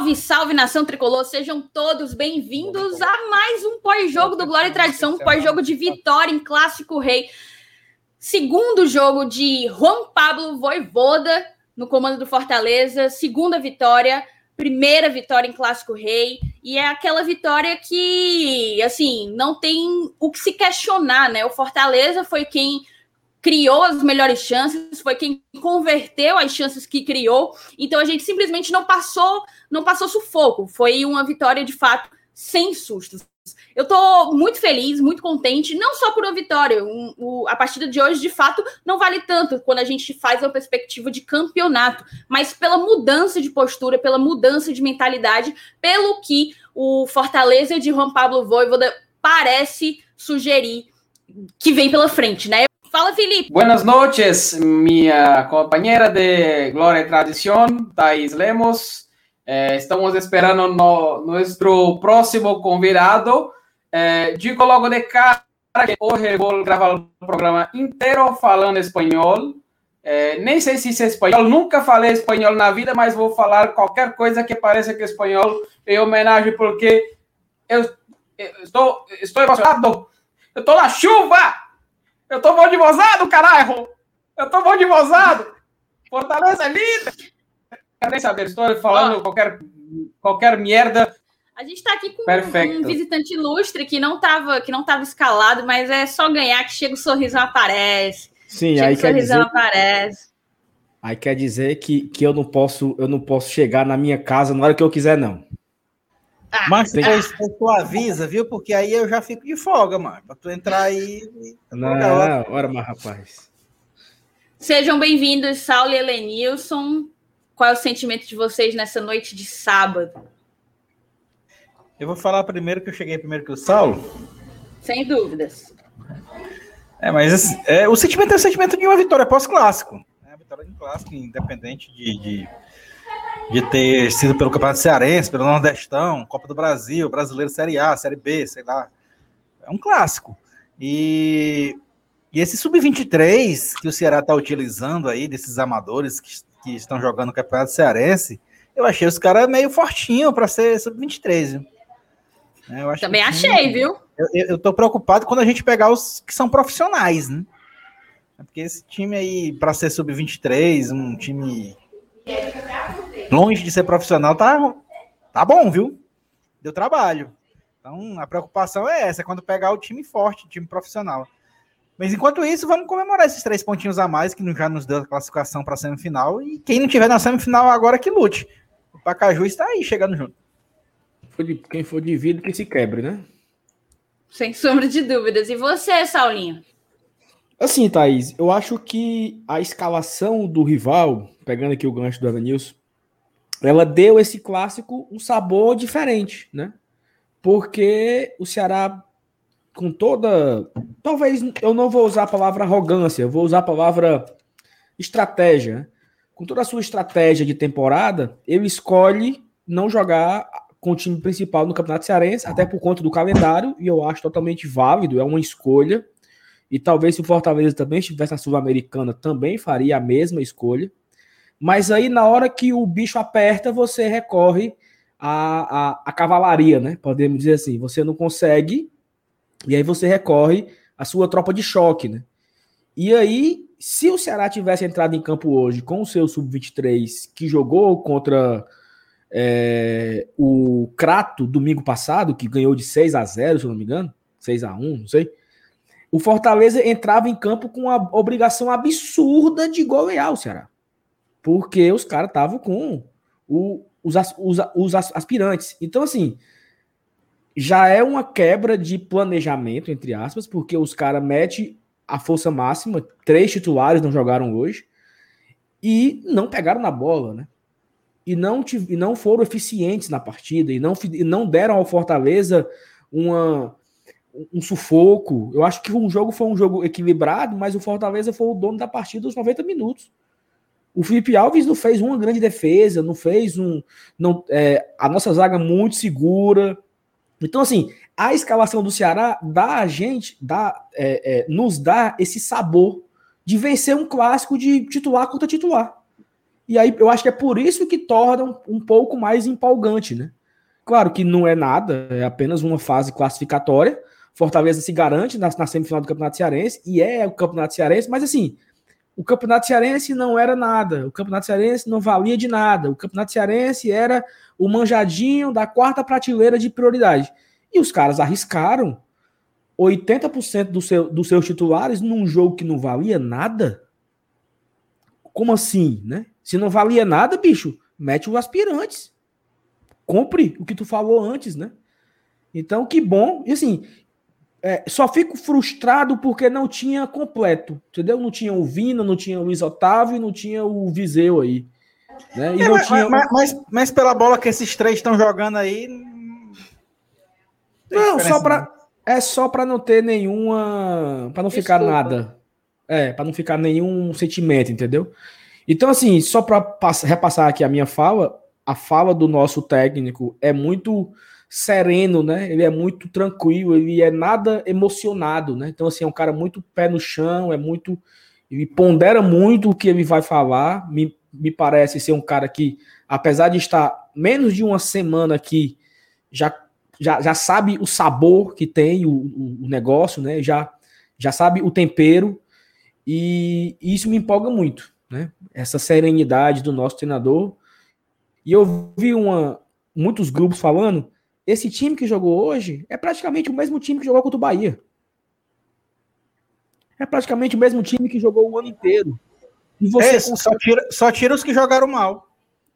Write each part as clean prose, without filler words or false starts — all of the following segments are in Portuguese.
Salve, salve, nação tricolor, sejam todos bem-vindos a mais um pós-jogo do Glória e Tradição, um pós-jogo de vitória em Clássico Rei. Segundo jogo de Juan Pablo Vojvoda no comando do Fortaleza, segunda vitória, primeira vitória em Clássico Rei, e é aquela vitória que, assim, não tem o que se questionar, né? O Fortaleza foi quem criou as melhores chances, foi quem converteu as chances que criou, então a gente simplesmente não passou sufoco, foi uma vitória de fato sem sustos. Eu estou muito feliz, muito contente, não só por uma vitória, a partida de hoje de fato não vale tanto quando a gente faz uma perspectiva de campeonato, mas pela mudança de postura, pela mudança de mentalidade, pelo que o Fortaleza de Juan Pablo Vojvoda parece sugerir que vem pela frente, né? Fala, Felipe. Buenas noches, minha companheira de Glória e Tradición, Thais Lemos. Estamos esperando nosso próximo convidado. Digo logo de cara que hoje vou gravar o programa inteiro falando espanhol. Nem sei se é espanhol, nunca falei espanhol na vida, mas vou falar qualquer coisa que pareça que é espanhol em homenagem, porque eu estou emocionado. Eu estou na chuva! Eu tô bom de vozado, caralho! Eu tô bom de vozado! Fortaleza é líder! Quer nem saber, estou falando qualquer merda. A gente tá aqui com um visitante ilustre que não tava escalado, mas é só ganhar que chega o sorrisão aparece. Sim, chega aí o sorrisão aparece. Aí quer dizer que eu não posso chegar na minha casa na hora que eu quiser, não. Mas tu avisa, viu? Porque aí eu já fico de folga, mano. Pra tu entrar aí... Não, ora, mas rapaz. Sejam bem-vindos, Saulo e Helenilson. Qual é o sentimento de vocês nessa noite de sábado? Eu vou falar primeiro que eu cheguei primeiro que o Saulo. Sem dúvidas. Mas o sentimento é o sentimento de uma vitória pós-clássico. A vitória de um clássico, independente de ter sido pelo Campeonato Cearense, pelo Nordestão, Copa do Brasil, Brasileiro Série A, Série B, sei lá. É um clássico. E esse Sub-23 que o Ceará está utilizando aí, desses amadores que estão jogando no Campeonato Cearense, eu achei os caras meio fortinho para ser Sub-23. Também achei, viu? Eu tô preocupado quando a gente pegar os que são profissionais, né? Porque esse time aí, para ser Sub-23, um time longe de ser profissional, tá bom, viu? Deu trabalho. Então, a preocupação é essa, quando pegar o time forte, o time profissional. Mas, enquanto isso, vamos comemorar esses 3 pontinhos a mais, que já nos deu a classificação para a semifinal, e quem não tiver na semifinal agora que lute. O Pacaju está aí, chegando junto. Quem for de vidro que se quebre, né? Sem sombra de dúvidas. E você, Saulinho? Assim, Thaís, eu acho que a escalação do rival, pegando aqui o gancho do Evanilson, ela deu esse clássico um sabor diferente, né? Porque o Ceará, com toda... Talvez eu não vou usar a palavra arrogância, eu vou usar a palavra estratégia. Né? Com toda a sua estratégia de temporada, ele escolhe não jogar com o time principal no Campeonato Cearense, até por conta do calendário, e eu acho totalmente válido, é uma escolha. E talvez se o Fortaleza também estivesse na Sul-Americana, também faria a mesma escolha. Mas aí, na hora que o bicho aperta, você recorre à cavalaria, né? Podemos dizer assim. Você não consegue, e aí você recorre à sua tropa de choque, né? E aí, se o Ceará tivesse entrado em campo hoje com o seu Sub-23, que jogou contra o Crato domingo passado, que ganhou de 6-0, se eu não me engano, 6-1, não sei. O Fortaleza entrava em campo com a obrigação absurda de golear o Ceará. Porque os caras estavam com os aspirantes. Então, assim, já é uma quebra de planejamento, entre aspas, porque os caras metem a força máxima, 3 titulares não jogaram hoje, e não pegaram na bola, né? E não foram eficientes na partida, e não deram ao Fortaleza um sufoco. Eu acho que foi um jogo equilibrado, mas o Fortaleza foi o dono da partida aos 90 minutos. O Felipe Alves não fez uma grande defesa, não fez a nossa zaga muito segura. Então, assim, a escalação do Ceará nos dá esse sabor de vencer um clássico de titular contra titular. E aí eu acho que é por isso que torna um pouco mais empolgante, né? Claro que não é nada, é apenas uma fase classificatória. Fortaleza se garante na semifinal do Campeonato Cearense, e é o Campeonato Cearense, mas assim, o Campeonato Cearense não era nada, o Campeonato Cearense não valia de nada, o Campeonato Cearense era o manjadinho da quarta prateleira de prioridade. E os caras arriscaram 80% dos seus titulares num jogo que não valia nada? Como assim, né? Se não valia nada, bicho, mete os aspirantes. Cumpre o que tu falou antes, né? Então, que bom. E assim, só fico frustrado porque não tinha completo, entendeu? Não tinha o Vina, não tinha o Luiz Otávio, não tinha o Viseu aí. Né? E não tinha... mas pela bola que esses três estão jogando aí... Não, só para não ter nenhuma... Para não ficar nada. Para não ficar nenhum sentimento, entendeu? Então, assim, só para repassar aqui a minha fala, a fala do nosso técnico é muito sereno, né? Ele é muito tranquilo, ele é nada emocionado, né? Então, assim, é um cara muito pé no chão, ele pondera muito o que ele vai falar. Me parece ser um cara que, apesar de estar menos de uma semana aqui, já sabe o sabor que tem o negócio, né? Já sabe o tempero, e isso me empolga muito, né? Essa serenidade do nosso treinador. E eu vi muitos grupos falando, esse time que jogou hoje é praticamente o mesmo time que jogou contra o Bahia. É praticamente o mesmo time que jogou o ano inteiro. E você só tira os que jogaram mal.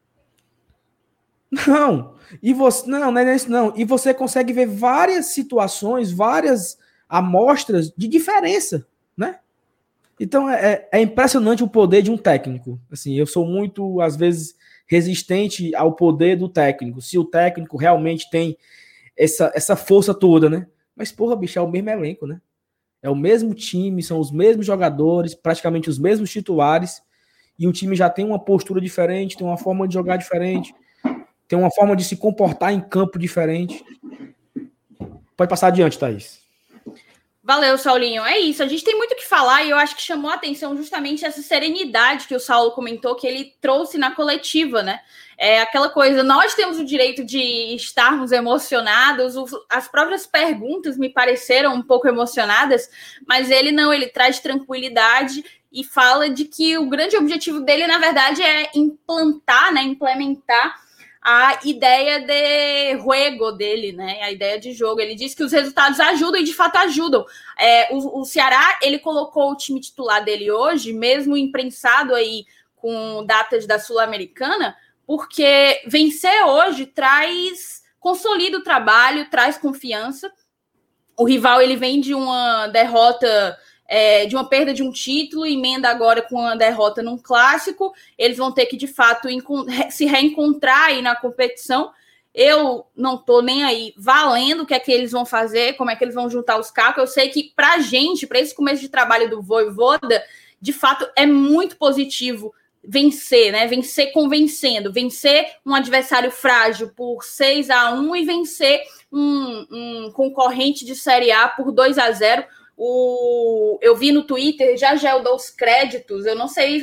Não é isso não. E você consegue ver várias situações, várias amostras de diferença, né? Então é impressionante o poder de um técnico. Assim, eu sou muito, às vezes, resistente ao poder do técnico. Se o técnico realmente tem essa força toda, né? Mas, porra, bicho, é o mesmo elenco, né? É o mesmo time, são os mesmos jogadores, praticamente os mesmos titulares, e o time já tem uma postura diferente, tem uma forma de jogar diferente, tem uma forma de se comportar em campo diferente. Pode passar adiante, Thaís. Valeu, Saulinho. É isso, a gente tem muito o que falar e eu acho que chamou a atenção justamente essa serenidade que o Saulo comentou, que ele trouxe na coletiva, né? É aquela coisa, nós temos o direito de estarmos emocionados, as próprias perguntas me pareceram um pouco emocionadas, mas ele não, ele traz tranquilidade e fala de que o grande objetivo dele, na verdade, é implementar a ideia de juego dele, né? A ideia de jogo. Ele diz que os resultados ajudam e de fato ajudam. O Ceará, ele colocou o time titular dele hoje, mesmo imprensado aí com datas da Sul-Americana, porque vencer hoje consolida o trabalho, traz confiança. O rival, ele vem de uma derrota, de uma perda de um título, emenda agora com uma derrota num clássico. Eles vão ter que, de fato, se reencontrar aí na competição. Eu não tô nem aí valendo o que é que eles vão fazer, como é que eles vão juntar os cacos. Eu sei que pra gente, para esse começo de trabalho do Vojvoda, de fato é muito positivo vencer, né? Vencer convencendo, vencer um adversário frágil por 6-1 e vencer um concorrente de Série A por 2-0. Eu vi no Twitter, já eu dou os créditos, eu não sei,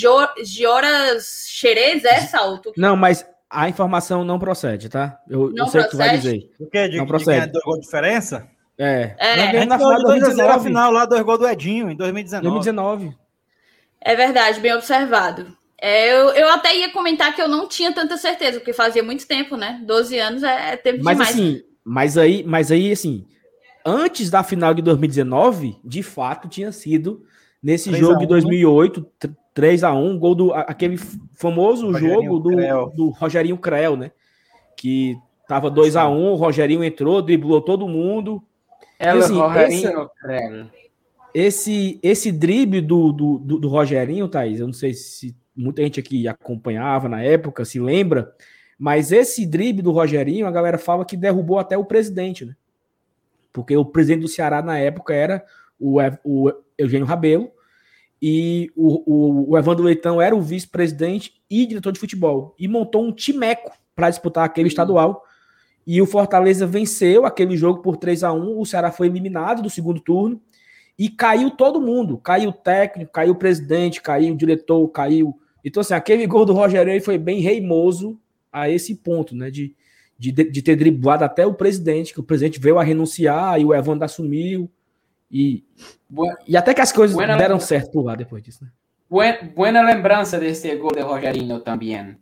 Gioras Xerez, Salto? Não, mas a informação não procede, tá? Eu sei o que tu vai dizer. O quê? Não procede. 2 gols de diferença? Na final de 2019. Na final lá, 2 gols do Edinho, em 2019. É verdade, bem observado. Eu até ia comentar que eu não tinha tanta certeza, porque fazia muito tempo, né? 12 anos é tempo demais. Assim, mas aí, assim, antes da final de 2019, de fato, tinha sido nesse jogo de 2008, 3-1, gol aquele famoso jogo do Rogerinho Creel, né? Que tava 2-1, o Rogerinho entrou, driblou todo mundo. Rogerinho Creel. Esse drible do Rogerinho, Thaís, eu não sei se muita gente aqui acompanhava na época, se lembra, mas esse drible do Rogerinho, a galera fala que derrubou até o presidente, né? Porque o presidente do Ceará na época era o Eugênio Rabelo e o Evandro Leitão era o vice-presidente e diretor de futebol e montou um timeco para disputar aquele estadual e o Fortaleza venceu aquele jogo por 3-1, o Ceará foi eliminado do segundo turno e caiu todo mundo, caiu o técnico, caiu o presidente, caiu o diretor, caiu Então, assim, aquele gol do Rogério foi bem reimoso a esse ponto, né? De ter driblado até o presidente, que o presidente veio a renunciar e o Evandro assumiu. E até que as coisas deram certo por lá depois disso, né? Buena lembrança desse gol de Rogerinho também.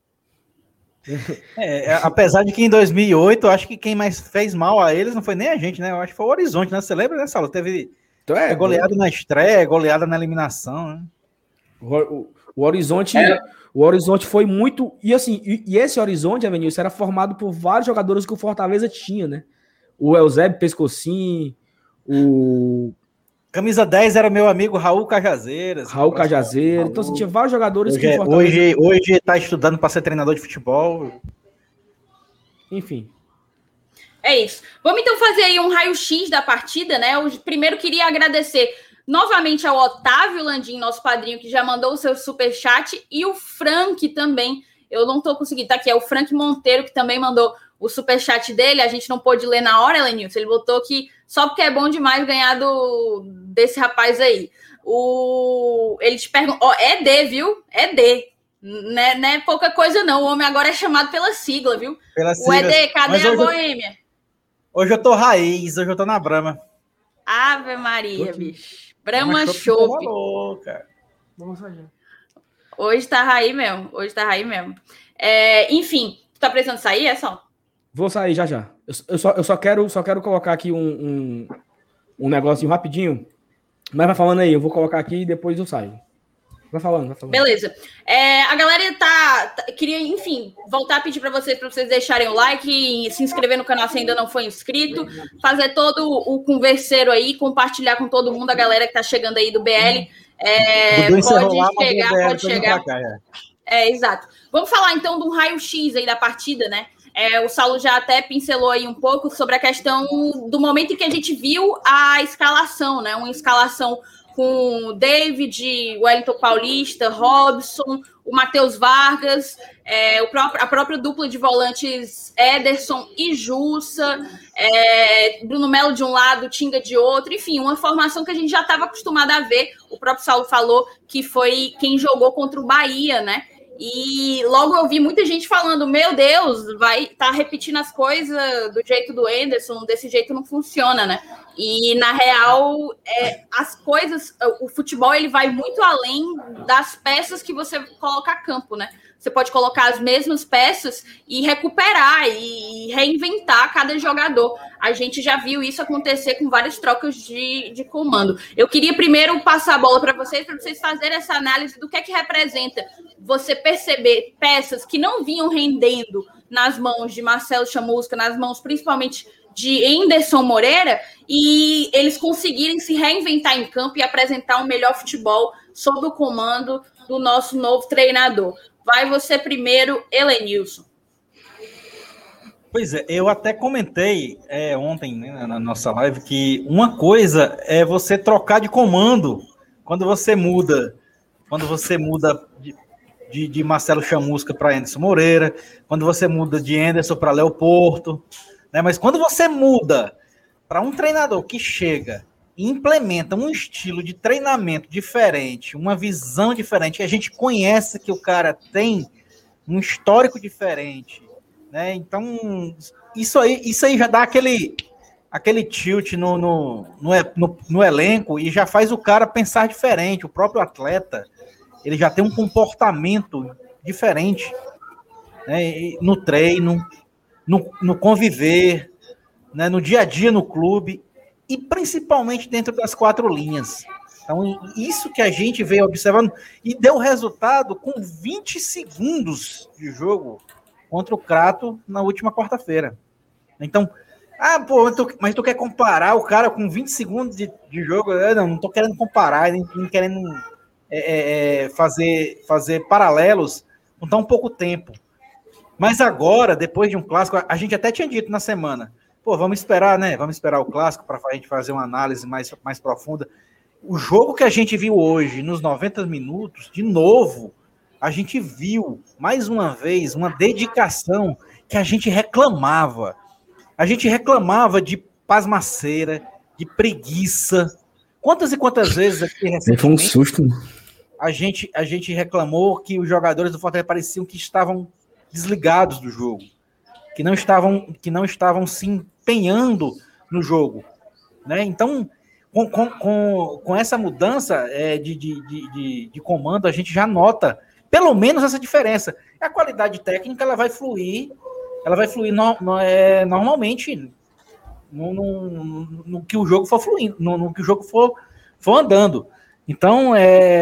Apesar de que em 2008, eu acho que quem mais fez mal a eles não foi nem a gente, né? Eu acho que foi o Horizonte, né? Você lembra, né, Saulo? Teve goleada na estreia, goleada na eliminação, né? O Horizonte foi muito... E assim, e esse Horizonte, Avenilson, era formado por vários jogadores que o Fortaleza tinha, né? O Eusébio Pescocin, o... Camisa 10 era meu amigo Raul Cajazeiras. Então, assim, tinha vários jogadores que o Fortaleza... Hoje tá estudando para ser treinador de futebol. Enfim. É isso. Vamos então fazer aí um raio-x da partida, né? Eu primeiro queria agradecer novamente ao Otávio Landim, nosso padrinho, que já mandou o seu superchat, e o Frank também. Eu não tô conseguindo, tá aqui, é o Frank Monteiro, que também mandou o superchat dele. A gente não pôde ler na hora, Elenilson. Ele botou que só porque é bom demais ganhar desse rapaz aí. Ele te pergunta, é D, viu? É D. Não é pouca coisa, não. O homem agora é chamado pela sigla, viu? O ED, cadê a Boêmia? Hoje eu tô raiz, hoje eu tô na Brahma. Ave Maria, bicho. Brahma Chopp. Hoje tá raiz mesmo. Enfim, tu tá precisando sair, é só? Vou sair já. Eu só quero colocar aqui um negocinho rapidinho. Mas vai falando aí, eu vou colocar aqui e depois eu saio. Vai falando. Beleza. A galera queria, enfim, voltar a pedir para vocês deixarem o like, se inscrever no canal se ainda não foi inscrito, fazer todo o converseiro aí, compartilhar com todo mundo, a galera que tá chegando aí do BL. Pode chegar. Exato. Vamos falar então do raio-x aí da partida, né? O Saulo já até pincelou aí um pouco sobre a questão do momento em que a gente viu a escalação, né? Uma escalação com David, Wellington Paulista, Robson, o Matheus Vargas, a própria dupla de volantes Ederson e Jussa, Bruno Melo de um lado, Tinga de outro, enfim, uma formação que a gente já estava acostumado a ver. O próprio Saulo falou que foi quem jogou contra o Bahia, né? E logo eu vi muita gente falando, meu Deus, vai estar repetindo as coisas do jeito do Anderson, desse jeito não funciona, né? E, na real, as coisas, o futebol, ele vai muito além das peças que você coloca a campo, né? Você pode colocar as mesmas peças e recuperar e reinventar cada jogador. A gente já viu isso acontecer com várias trocas de comando. Eu queria primeiro passar a bola para vocês fazerem essa análise do que é que representa você perceber peças que não vinham rendendo nas mãos de Marcelo Chamusca, nas mãos principalmente de Anderson Moreira, e eles conseguirem se reinventar em campo e apresentar um melhor futebol sob o comando do nosso novo treinador. Vai você primeiro, Elenilson. Pois é, eu até comentei ontem, né, na nossa live, que uma coisa é você trocar de comando quando você muda de Marcelo Chamusca para Anderson Moreira, quando você muda de Anderson para Léo Porto, né? Mas quando você muda para um treinador que chega e implementa um estilo de treinamento diferente, uma visão diferente, que a gente conhece que o cara tem um histórico diferente, né? Então, isso aí já dá aquele tilt no elenco e já faz o cara pensar diferente. O próprio atleta, ele já tem um comportamento diferente, né? No treino, no conviver, né? No dia a dia no clube e principalmente dentro das quatro linhas. Então, isso que a gente veio observando e deu resultado com 20 segundos de jogo contra o Crato na última quarta-feira. Então, mas tu quer comparar o cara com 20 segundos de jogo? Não tô querendo comparar, nem querendo fazer paralelos com tão pouco tempo. Mas agora, depois de um clássico, a gente até tinha dito na semana, vamos esperar, né? Vamos esperar o clássico para a gente fazer uma análise mais profunda. O jogo que a gente viu hoje, nos 90 minutos, de novo, a gente viu, mais uma vez, uma dedicação que a gente reclamava. A gente reclamava de pasmaceira, de preguiça. Quantas e quantas vezes aqui recentemente... Foi um susto. a gente reclamou que os jogadores do Fortaleza pareciam que estavam desligados do jogo, que não estavam se empenhando no jogo, né? Então, com essa mudança de comando, a gente já nota pelo menos essa diferença. A qualidade técnica ela vai fluir normalmente no que o jogo for fluindo, no que o jogo for andando. Então,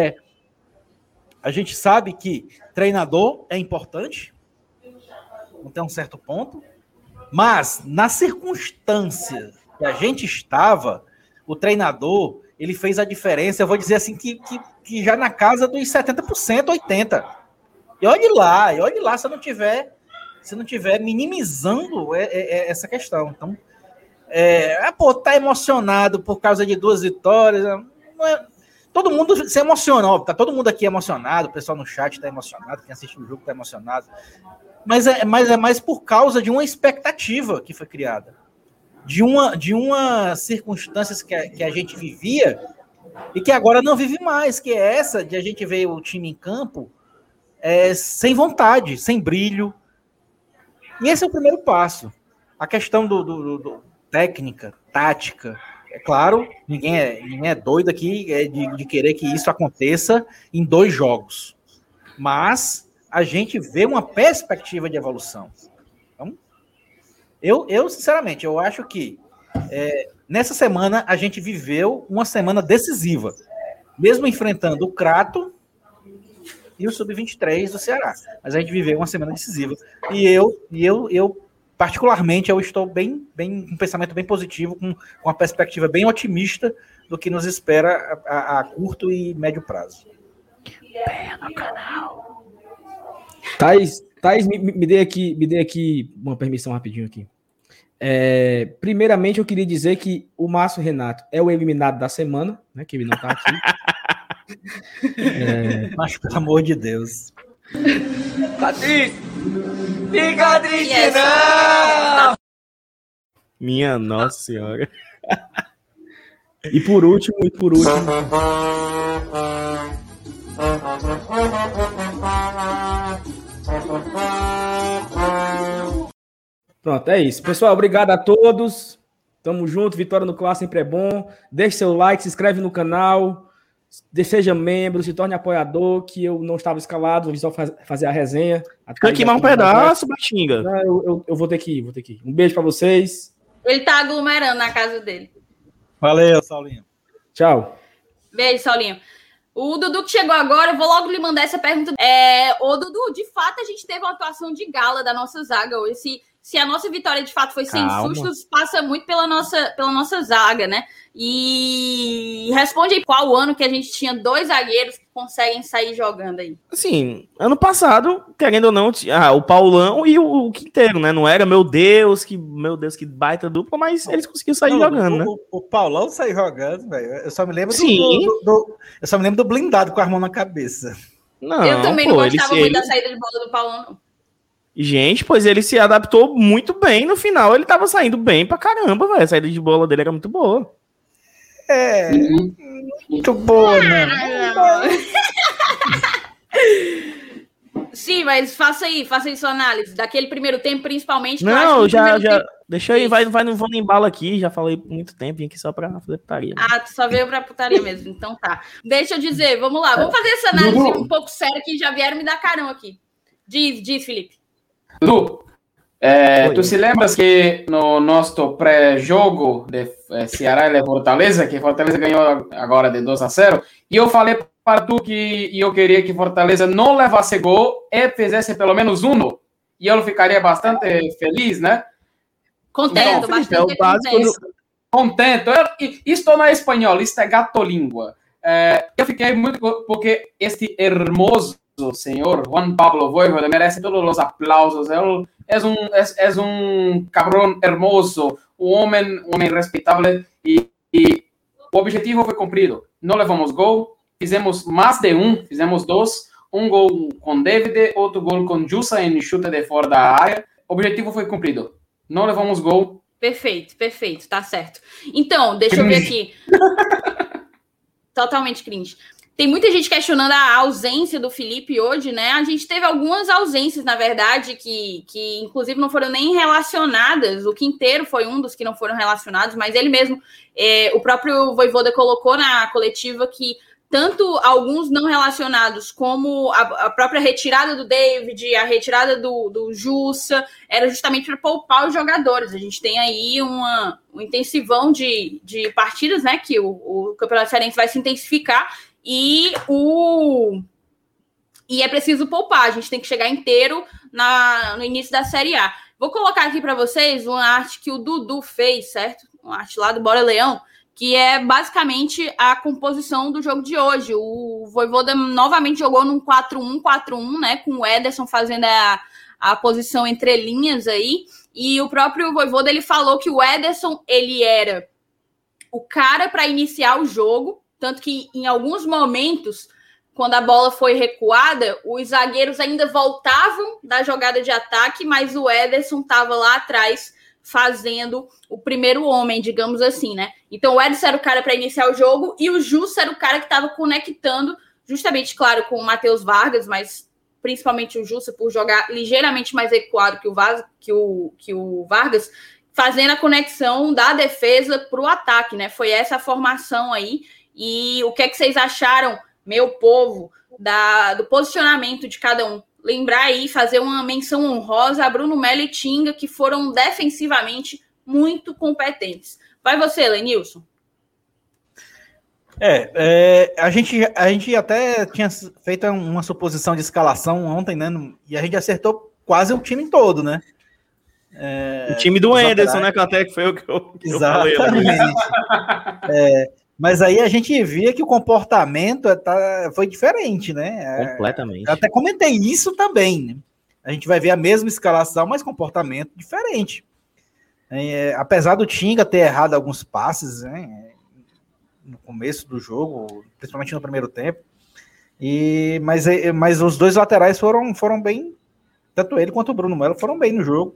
a gente sabe que treinador é importante, até um certo ponto, mas na circunstância que a gente estava, o treinador, ele fez a diferença, eu vou dizer assim, que já na casa dos 70%, 80%. E olhe lá, se não tiver minimizando essa questão. Então, tá emocionado por causa de 2 vitórias, não é... Todo mundo se emociona, ó, tá todo mundo aqui emocionado, o pessoal no chat está emocionado, quem assiste o jogo está emocionado, mas é mais por causa de uma expectativa que foi criada, de uma circunstância que a gente vivia e que agora não vive mais, que é essa de a gente ver o time em campo sem vontade, sem brilho. E esse é o primeiro passo. A questão do técnica, tática, é claro, ninguém é doido aqui de querer que isso aconteça em 2 jogos. Mas a gente vê uma perspectiva de evolução. Então, eu sinceramente, eu acho que nessa semana a gente viveu uma semana decisiva. Mesmo enfrentando o Crato e o Sub-23 do Ceará. Mas a gente viveu uma semana decisiva. E eu particularmente, eu estou bem com um pensamento bem positivo, com uma perspectiva bem otimista do que nos espera a curto e médio prazo. Pé no canal. Thaís, me dê aqui uma permissão rapidinho aqui. Primeiramente, eu queria dizer que o Márcio Renato é o eliminado da semana, né? Que ele não está aqui. Mas, pelo amor de Deus. Tati! Fica triste, não! Minha Nossa Senhora. E por último. Pronto, é isso. Pessoal, obrigado a todos. Tamo junto. Vitória no Clássico sempre é bom. Deixe seu like, se inscreve no canal. Seja membro, se torne apoiador, que eu não estava escalado, vou só fazer a resenha. Fica aqui mais um pedaço, Batinga. Eu vou ter que ir. Um beijo para vocês. Ele tá aglomerando na casa dele. Valeu, Saulinho. Tchau. Beijo, Saulinho. O Dudu que chegou agora, eu vou logo lhe mandar essa pergunta. Ô, Dudu, de fato a gente teve uma atuação de gala da nossa zaga hoje. Se a nossa vitória de fato foi sem sustos, passa muito pela nossa zaga, né? E responde aí qual ano que a gente tinha 2 zagueiros que conseguem sair jogando aí. Assim, ano passado, querendo ou não, o Paulão e o Quinteiro, né? Não era, meu Deus, que baita dupla, mas eles conseguiram sair jogando, né? O Paulão saiu jogando, velho. Eu só me lembro eu só me lembro do blindado com a mão na cabeça. Não, eu também não gostava muito da saída de bola do Paulão, não. Gente, pois ele se adaptou muito bem. No final, ele tava saindo bem pra caramba, velho. A saída de bola dele era muito boa. Muito boa, né? Sim, mas faça aí sua análise. Daquele primeiro tempo, principalmente. Não, já. Deixa aí, não vou nem embalo aqui. Já falei por muito tempo, vim aqui só pra fazer putaria. Tu só veio pra putaria mesmo. Então tá. Deixa eu dizer, vamos lá. Vamos fazer essa análise um pouco séria que já vieram me dar carão aqui. Diz, Felipe. Dudu, tu se lembras que no nosso pré-jogo de Ceará e Fortaleza, que Fortaleza ganhou agora de 2-0, e eu falei para tu que eu queria que Fortaleza não levasse gol e fizesse pelo menos 1, e eu ficaria bastante feliz, né? Contento, então, bastante contente. Contento. Isto não é espanhol, isto é gato-língua. Eu fiquei muito... porque este hermoso senhor Juan Pablo Voivoda merece todos os aplausos. Él es un cabrón hermoso, un homem respeitável, e o objetivo foi cumprido. Não levamos gol, fizemos mais de fizemos 2, um gol com David, outro gol com Jussa em chute de fora da área. O objetivo foi cumprido. Não levamos gol. Perfeito, tá certo. Então, deixa eu ver aqui. Totalmente cringe. tem muita gente questionando a ausência do Felipe hoje, né? A gente teve algumas ausências, na verdade, que inclusive não foram nem relacionadas. O Quinteiro foi um dos que não foram relacionados, mas ele mesmo, o próprio Vojvoda colocou na coletiva que tanto alguns não relacionados, como a própria retirada do David, a retirada do Jussa, era justamente para poupar os jogadores. A gente tem aí um intensivão de partidas, né? Que o Campeonato Cearense vai se intensificar. E é preciso poupar, a gente tem que chegar inteiro no início da Série A. Vou colocar aqui para vocês uma arte que o Dudu fez, certo? Uma arte lá do Bora Leão, que é basicamente a composição do jogo de hoje. O Vojvoda novamente jogou num 4-1-4-1, né? Com o Ederson fazendo a posição entre linhas aí. E o próprio Vojvoda, ele falou que o Ederson, ele era o cara para iniciar o jogo. Tanto que, em alguns momentos, quando a bola foi recuada, os zagueiros ainda voltavam da jogada de ataque, mas o Ederson estava lá atrás fazendo o primeiro homem, digamos assim, né? Então, o Ederson era o cara para iniciar o jogo e o Jussa era o cara que estava conectando, justamente, claro, com o Matheus Vargas, mas principalmente o Jussa, por jogar ligeiramente mais recuado que o Vargas, fazendo a conexão da defesa para o ataque, né? Foi essa a formação aí. E o que é que vocês acharam, meu povo, do posicionamento de cada um? Lembrar aí, fazer uma menção honrosa a Bruno Melo e Tinga, que foram defensivamente muito competentes. Vai você, Lenilson. A gente até tinha feito uma suposição de escalação ontem, né? E a gente acertou quase o time todo, né? O time do Ederson, né? Que até foi o que eu Exatamente. falei. Mas aí a gente via que o comportamento foi diferente, né? Completamente. Eu até comentei isso também, né? A gente vai ver a mesma escalação, mas comportamento diferente. Apesar do Tinga ter errado alguns passes, né, no começo do jogo, principalmente no primeiro tempo, mas os dois laterais foram bem, tanto ele quanto o Bruno Melo foram bem no jogo.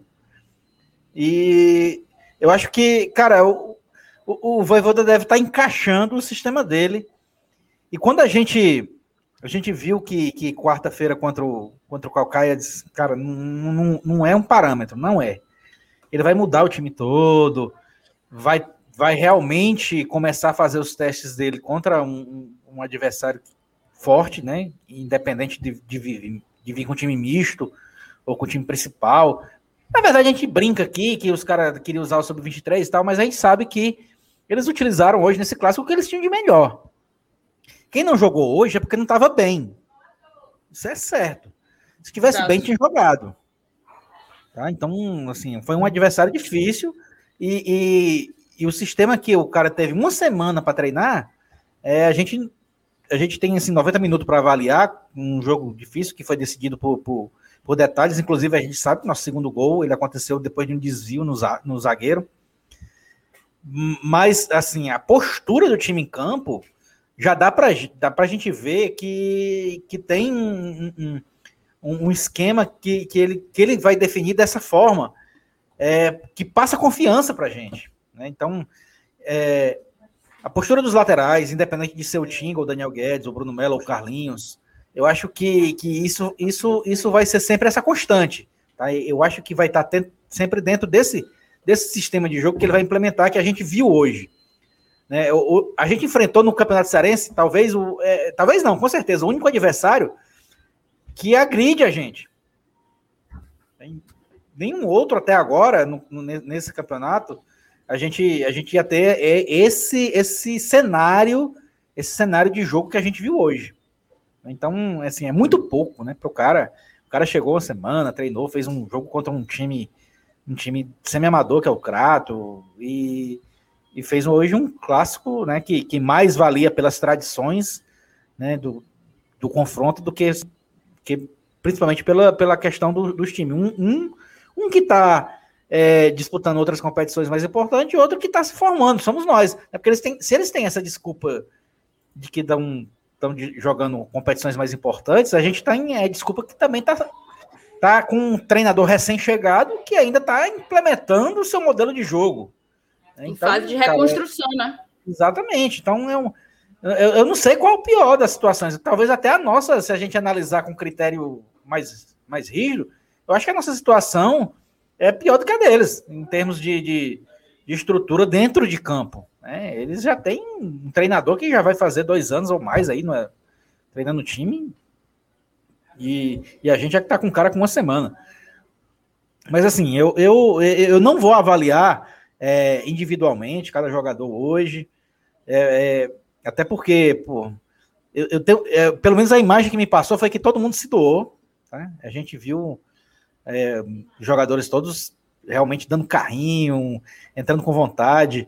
E eu acho que, cara, o Vojvoda deve estar encaixando o sistema dele. E quando a gente viu que quarta-feira contra o Caucaia, disse, cara, não é um parâmetro, não é. Ele vai mudar o time todo, vai realmente começar a fazer os testes dele contra um adversário forte, né? Independente de vir com um time misto ou com o time principal. Na verdade, a gente brinca aqui que os caras queriam usar o Sub-23 e tal, mas a gente sabe que eles utilizaram hoje nesse clássico o que eles tinham de melhor. Quem não jogou hoje é porque não estava bem. Isso é certo. Se tivesse bem, tinha jogado. Tá? Então, assim, foi um adversário difícil e o sistema que o cara teve uma semana para treinar, a gente tem assim, 90 minutos para avaliar um jogo difícil que foi decidido por detalhes. Inclusive, a gente sabe que nosso segundo gol ele aconteceu depois de um desvio no zagueiro. Mas, assim, a postura do time em campo já dá pra gente ver que tem um esquema que ele vai definir dessa forma, que passa confiança pra gente, né? Então, a postura dos laterais, independente de ser o Tinga, ou Daniel Guedes, ou Bruno Melo, ou Carlinhos, eu acho que isso vai ser sempre essa constante, tá? Eu acho que vai estar sempre dentro desse sistema de jogo que ele vai implementar, que a gente viu hoje, né? A gente enfrentou no Campeonato Cearense, talvez não, com certeza, o único adversário que agride a gente. Nenhum outro até agora, nesse campeonato, a gente ia ter esse cenário de jogo que a gente viu hoje. Então, assim, é muito pouco, né, pro cara. O cara chegou uma semana, treinou, fez um jogo contra um time semi-amador, que é o Crato, e fez hoje um clássico, né, que mais valia pelas tradições, né, do confronto do que principalmente pela questão dos times. Um que está disputando outras competições mais importantes e outro que está se formando, somos nós. Porque se eles têm essa desculpa de que estão jogando competições mais importantes, a gente tem desculpa que também tá com um treinador recém-chegado que ainda está implementando o seu modelo de jogo. Em fase de reconstrução, né? Exatamente. Então, Eu não sei qual é o pior das situações. Talvez até a nossa, se a gente analisar com critério mais rígido, eu acho que a nossa situação é pior do que a deles, em termos de estrutura dentro de campo. Né? Eles já têm um treinador que já vai fazer 2 anos ou mais aí, não é? Treinando o time. E a gente já está com um cara com 1 semana. Mas assim, eu não vou avaliar individualmente cada jogador hoje. Até porque, pô, eu tenho, pelo menos a imagem que me passou foi que todo mundo se doou. Tá? A gente viu jogadores todos realmente dando carrinho, entrando com vontade.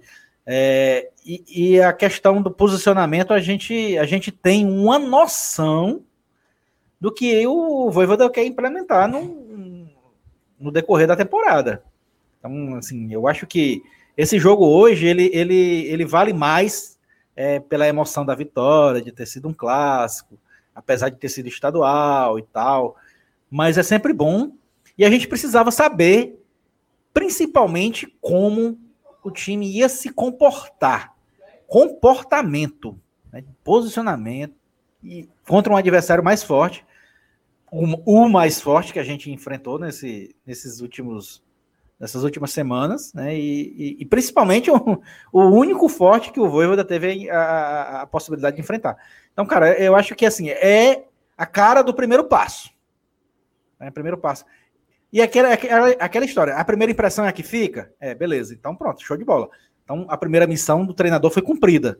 E a questão do posicionamento, a gente tem uma noção do que o Vojvoda quer implementar no decorrer da temporada. Então, assim, eu acho que esse jogo hoje, ele vale mais pela emoção da vitória, de ter sido um clássico, apesar de ter sido estadual e tal, mas é sempre bom, e a gente precisava saber, principalmente, como o time ia se comportar, comportamento, né, posicionamento, e contra um adversário mais forte, o mais forte que a gente enfrentou nessas últimas semanas, né? E principalmente o único forte que o Vojvoda teve a possibilidade de enfrentar. Então, cara, eu acho que assim é a cara do primeiro passo. Né? Primeiro passo. E aquela história, a primeira impressão é a que fica? Beleza, então pronto, show de bola. Então a primeira missão do treinador foi cumprida.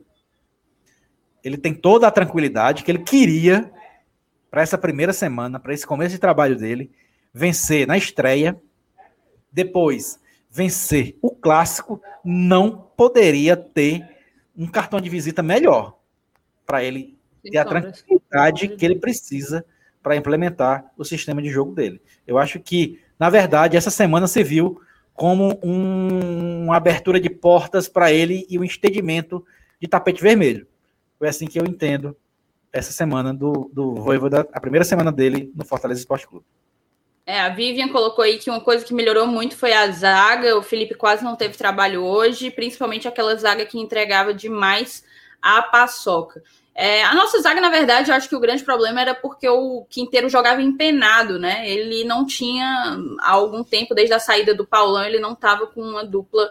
Ele tem toda a tranquilidade que ele queria para essa primeira semana, para esse começo de trabalho dele, vencer na estreia, depois vencer o clássico, não poderia ter um cartão de visita melhor para ele ter a tranquilidade que ele precisa para implementar o sistema de jogo dele. Eu acho que, na verdade, essa semana se viu como uma abertura de portas para ele e um estendimento de tapete vermelho. Foi assim que eu entendo essa semana do Vojvoda, a primeira semana dele no Fortaleza Esporte Clube. A Vivian colocou aí que uma coisa que melhorou muito foi a zaga. O Felipe quase não teve trabalho hoje, principalmente aquela zaga que entregava demais a paçoca. A nossa zaga, na verdade, eu acho que o grande problema era porque o Quinteiro jogava empenado, né? Ele não tinha, há algum tempo, desde a saída do Paulão, ele não estava com uma dupla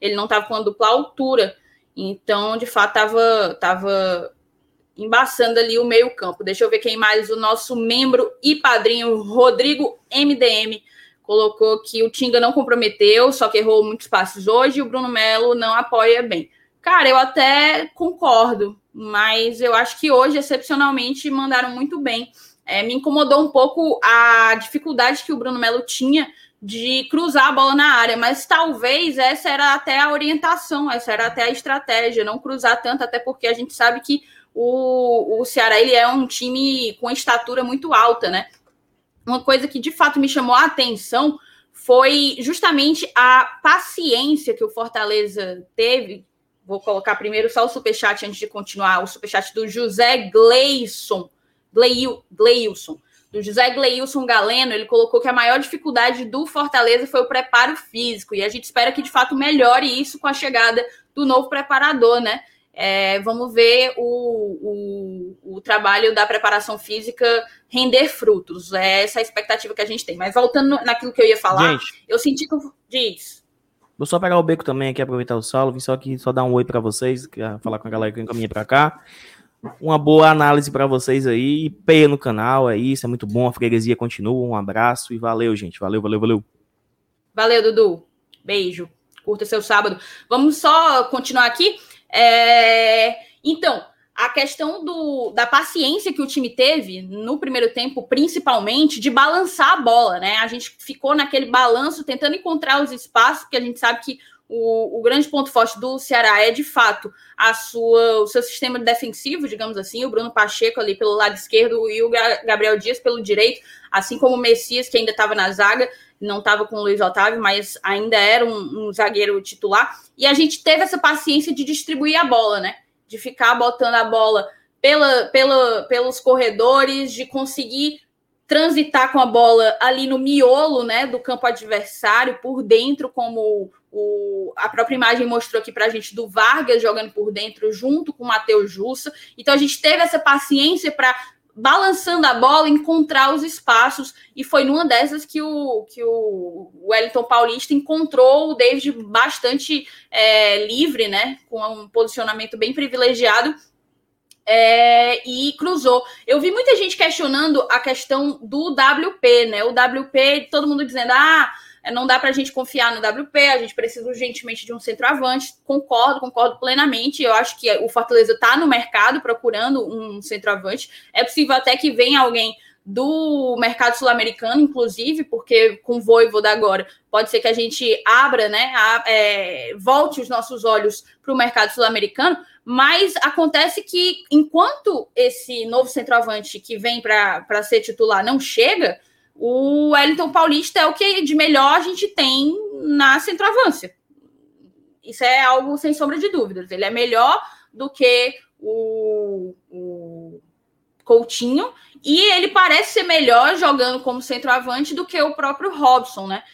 altura. Então, de fato, estava embaçando ali o meio campo. Deixa eu ver quem mais. O nosso membro e padrinho, Rodrigo MDM, colocou que o Tinga não comprometeu, só que errou muitos passes hoje, e o Bruno Melo não apoia bem. Cara, eu até concordo, mas eu acho que hoje, excepcionalmente, mandaram muito bem. Me incomodou um pouco a dificuldade que o Bruno Melo tinha de cruzar a bola na área, mas talvez essa era até a orientação, essa era até a estratégia, não cruzar tanto, até porque a gente sabe que o Ceará, ele é um time com estatura muito alta, né? Uma coisa que de fato me chamou a atenção foi justamente a paciência que o Fortaleza teve. Vou colocar primeiro só o superchat antes de continuar, o superchat do José Gleilson, do José Gleilson Galeno. Ele colocou que a maior dificuldade do Fortaleza foi o preparo físico, e a gente espera que de fato melhore isso com a chegada do novo preparador, né? Vamos ver o trabalho da preparação física render frutos. Essa é a expectativa que a gente tem. Mas voltando naquilo que eu ia falar, gente, eu senti que... Diz. Vou só pegar o beco também aqui, aproveitar o salve, só dar um oi para vocês, falar com a galera que encaminha para cá. Uma boa análise para vocês aí, peia no canal, é isso, é muito bom, a freguesia continua, um abraço e valeu, gente, valeu. Valeu, Dudu, beijo, curta seu sábado. Vamos só continuar aqui. Então, a questão da paciência que o time teve no primeiro tempo, principalmente, de balançar a bola, né? A gente ficou naquele balanço, tentando encontrar os espaços, porque a gente sabe que o grande ponto forte do Ceará é, de fato, o seu sistema defensivo, digamos assim, o Bruno Pacheco ali pelo lado esquerdo e o Gabriel Dias pelo direito, assim como o Messias, que ainda estava na zaga, não estava com o Luiz Otávio, mas ainda era um zagueiro titular. E a gente teve essa paciência de distribuir a bola, né? De ficar botando a bola pelos corredores, de conseguir transitar com a bola ali no miolo, né, do campo adversário, por dentro, como A própria imagem mostrou aqui para a gente do Vargas jogando por dentro junto com o Matheus Jussa. Então a gente teve essa paciência para, balançando a bola, encontrar os espaços, e foi numa dessas que o Wellington Paulista encontrou o David bastante livre, né, com um posicionamento bem privilegiado, e cruzou. Eu vi muita gente questionando a questão do WP, né, o WP, todo mundo dizendo, não dá para a gente confiar no WP, a gente precisa urgentemente de um centroavante. Concordo plenamente. Eu acho que o Fortaleza está no mercado procurando um centroavante. É possível até que venha alguém do mercado sul-americano, inclusive, porque com o Vojvoda agora pode ser que a gente abra, né, volte os nossos olhos para o mercado sul-americano, mas acontece que enquanto esse novo centroavante que vem para ser titular não chega, o Wellington Paulista é o que de melhor a gente tem na centroavância. Isso é algo sem sombra de dúvidas. Ele é melhor do que o Coutinho, e ele parece ser melhor jogando como centroavante do que o próprio Robson, né?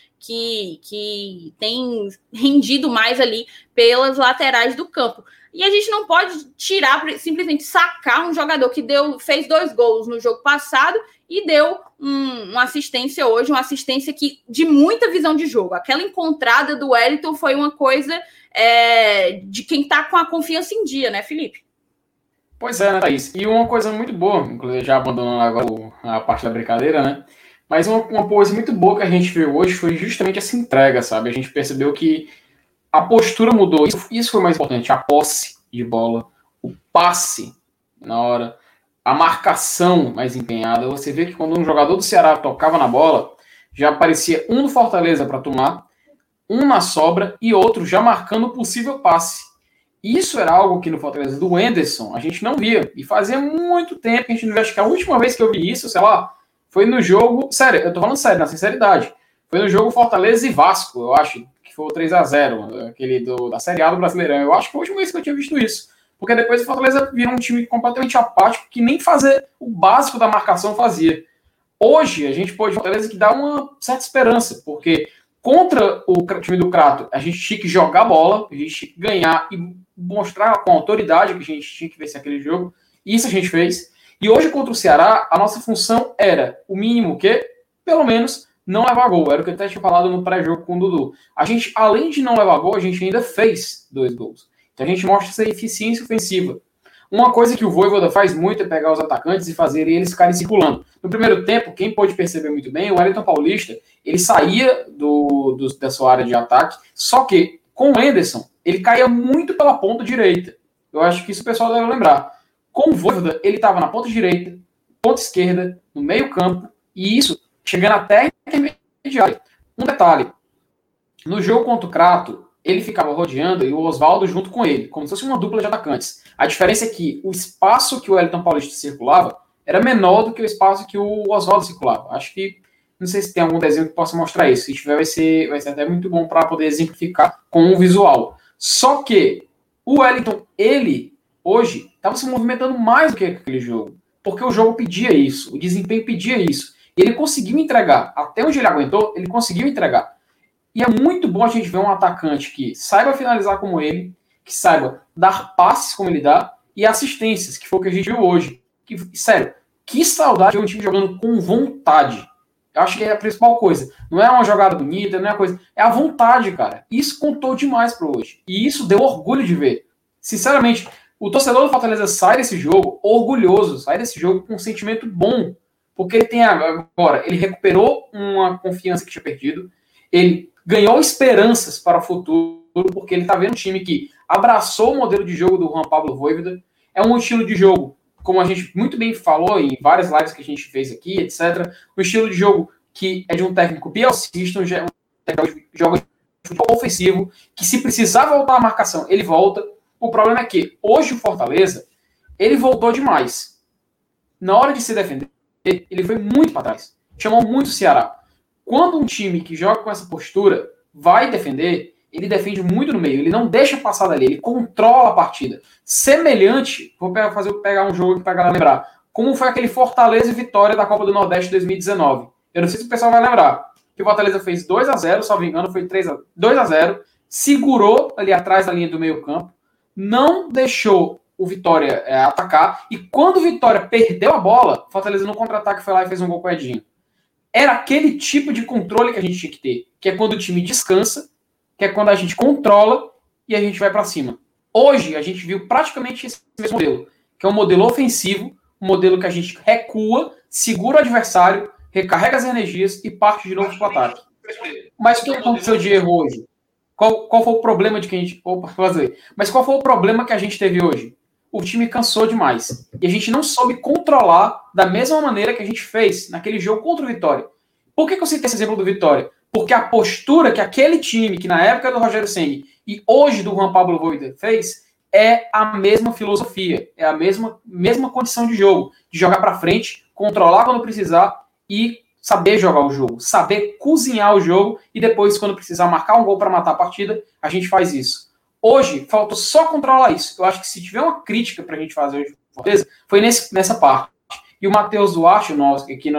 Que tem rendido mais ali pelas laterais do campo. E a gente não pode simplesmente sacar um jogador que fez 2 gols no jogo passado e deu uma assistência hoje, uma assistência de muita visão de jogo. Aquela encontrada do Wellington foi uma coisa de quem está com a confiança em dia, né, Felipe? Pois é, né, Thaís? E uma coisa muito boa, inclusive já abandonando agora a parte da brincadeira, né? Mas uma coisa muito boa que a gente viu hoje foi justamente essa entrega, sabe? A gente percebeu que a postura mudou. Isso foi mais importante. A posse de bola, o passe na hora, a marcação mais empenhada. Você vê que quando um jogador do Ceará tocava na bola, já aparecia um do Fortaleza para tomar, um na sobra e outro já marcando o possível passe. Isso era algo que no Fortaleza do Wenderson a gente não via. E fazia muito tempo que a gente não via. Acho que a última vez que eu vi isso, sei lá, foi no jogo... Sério, eu tô falando sério, na sinceridade. Foi no jogo Fortaleza e Vasco, eu acho, que foi o 3-0, aquele da Série A do Brasileirão. Eu acho que foi a última vez que eu tinha visto isso. Porque depois o Fortaleza virou um time completamente apático, que nem fazer o básico da marcação fazia. Hoje, a gente pode ver Fortaleza que dá uma certa esperança, porque contra o time do Crato, a gente tinha que jogar bola, a gente tinha que ganhar e mostrar com autoridade que a gente tinha que vencer aquele jogo. Isso a gente fez. E hoje, contra o Ceará, a nossa função era, o mínimo que, pelo menos, não levar gol. Era o que eu até tinha falado no pré-jogo com o Dudu. A gente, além de não levar gol, a gente ainda fez 2 gols. Então a gente mostra essa eficiência ofensiva. Uma coisa que o Vojvoda faz muito é pegar os atacantes e fazer eles ficarem circulando. No primeiro tempo, quem pôde perceber muito bem, o Wellington Paulista, ele saía da sua área de ataque, só que com o Henderson, ele caía muito pela ponta direita. Eu acho que isso o pessoal deve lembrar. Com o Vojvoda, ele estava na ponta direita, ponta esquerda, no meio campo, e isso chegando até a intermediária. Um detalhe, no jogo contra o Crato, ele ficava rodeando e o Oswaldo junto com ele, como se fosse uma dupla de atacantes. A diferença é que o espaço que o Wellington Paulista circulava era menor do que o espaço que o Oswaldo circulava. Acho que, não sei se tem algum desenho que possa mostrar isso. Se tiver, vai ser até muito bom para poder exemplificar com um visual. Só que o Wellington, ele, hoje, estava se movimentando mais do que aquele jogo, porque o jogo pedia isso, o desempenho pedia isso. E ele conseguiu entregar. Até onde ele aguentou, ele conseguiu entregar. E é muito bom a gente ver um atacante que saiba finalizar como ele, que saiba dar passes como ele dá, e assistências, que foi o que a gente viu hoje. Sério, que saudade de um time jogando com vontade. Eu acho que é a principal coisa. Não é uma jogada bonita, não é uma coisa... É a vontade, cara. Isso contou demais para hoje. E isso deu orgulho de ver. Sinceramente, o torcedor do Fortaleza sai desse jogo orgulhoso, sai desse jogo com um sentimento bom. Porque ele tem agora... Ele recuperou uma confiança que tinha perdido. Ele ganhou esperanças para o futuro, porque ele está vendo um time que abraçou o modelo de jogo do Juan Pablo Vojvoda. É um estilo de jogo, como a gente muito bem falou em várias lives que a gente fez aqui, etc. Um estilo de jogo que é de um técnico bielcista, um técnico que joga de futebol ofensivo, que se precisar voltar à marcação, ele volta. O problema é que hoje o Fortaleza, ele voltou demais. Na hora de se defender, ele foi muito para trás. Chamou muito o Ceará. Quando um time que joga com essa postura vai defender, ele defende muito no meio, ele não deixa passar dali, ele controla a partida. Semelhante, vou pegar um jogo para a galera lembrar, como foi aquele Fortaleza e Vitória da Copa do Nordeste 2019. Eu não sei se o pessoal vai lembrar, que o Fortaleza fez 2-0, salvo engano, foi 2-0, segurou ali atrás da linha do meio campo, não deixou o Vitória atacar, e quando o Vitória perdeu a bola, o Fortaleza no contra-ataque foi lá e fez um gol com o Edinho. Era aquele tipo de controle que a gente tinha que ter, que é quando o time descansa, que é quando a gente controla e a gente vai para cima. Hoje, a gente viu praticamente esse mesmo modelo, que é um modelo ofensivo, um modelo que a gente recua, segura o adversário, recarrega as energias e parte de novo para o ataque. Mas o que aconteceu de erro hoje? Qual foi o problema de que a gente... Mas qual foi o problema que a gente teve hoje? O time cansou demais. E a gente não soube controlar da mesma maneira que a gente fez naquele jogo contra o Vitória. Por que eu citei esse exemplo do Vitória? Porque a postura que aquele time, que na época do Rogério Ceni e hoje do Juan Pablo Voivoda fez, é a mesma filosofia, é a mesma condição de jogo, de jogar para frente, controlar quando precisar e saber jogar o jogo, saber cozinhar o jogo e depois, quando precisar marcar um gol para matar a partida, a gente faz isso. Hoje, falta só controlar isso. Eu acho que se tiver uma crítica para a gente fazer hoje, foi nessa parte. E o Matheus Duarte, aqui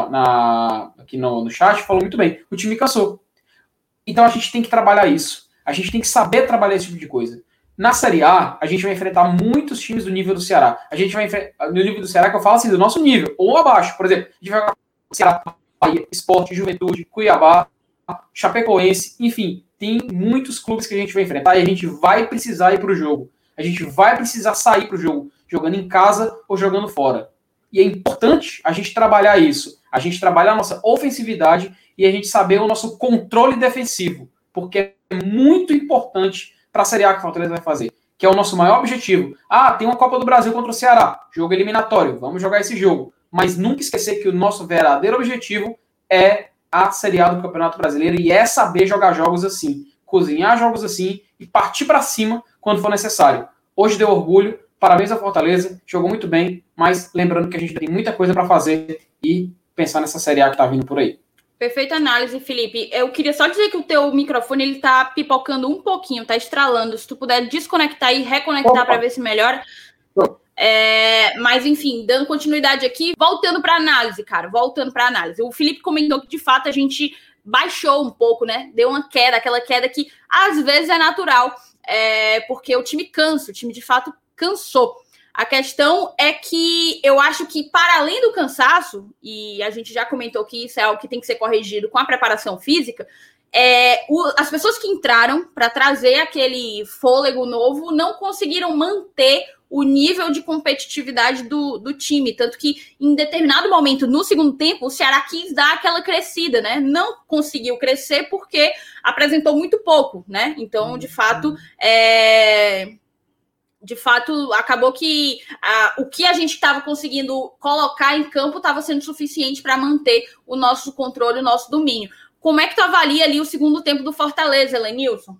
no chat, falou muito bem. O time cansou. Então a gente tem que trabalhar isso. A gente tem que saber trabalhar esse tipo de coisa. Na Série A, a gente vai enfrentar muitos times do nível do Ceará. A gente vai enfrentar, no nível do Ceará, que eu falo assim, do nosso nível, ou abaixo. Por exemplo, a gente vai jogar com Ceará, Bahia, Sport, Juventude, Cuiabá, Chapecoense, enfim, tem muitos clubes que a gente vai enfrentar e a gente vai precisar ir para o jogo. A gente vai precisar sair para o jogo, jogando em casa ou jogando fora. E é importante a gente trabalhar isso. A gente trabalhar a nossa ofensividade e a gente saber o nosso controle defensivo. Porque é muito importante para a Série A que o Fortaleza vai fazer. Que é o nosso maior objetivo. Tem uma Copa do Brasil contra o Ceará. Jogo eliminatório. Vamos jogar esse jogo. Mas nunca esquecer que o nosso verdadeiro objetivo é a Série A do Campeonato Brasileiro. E é saber jogar jogos assim. Cozinhar jogos assim e partir para cima quando for necessário. Hoje deu orgulho. Parabéns ao Fortaleza, jogou muito bem, mas lembrando que a gente tem muita coisa para fazer e pensar nessa Série A que tá vindo por aí. Perfeita análise, Felipe. Eu queria só dizer que o teu microfone ele tá pipocando um pouquinho, tá estralando. Se tu puder desconectar e reconectar para ver se melhora. Mas, enfim, dando continuidade aqui, voltando para análise, cara, O Felipe comentou que, de fato, a gente baixou um pouco, né? Deu uma queda, aquela queda que, às vezes, é natural, porque o time cansa, o time, de fato, cansou. A questão é que eu acho que, para além do cansaço, e a gente já comentou que isso é algo que tem que ser corrigido com a preparação física, as pessoas que entraram para trazer aquele fôlego novo não conseguiram manter o nível de competitividade do time, tanto que em determinado momento, no segundo tempo, o Ceará quis dar aquela crescida, né? Não conseguiu crescer porque apresentou muito pouco, né? Então, de fato, acabou que o que a gente estava conseguindo colocar em campo estava sendo suficiente para manter o nosso controle, o nosso domínio. Como é que tu avalia ali o segundo tempo do Fortaleza, Elenilson?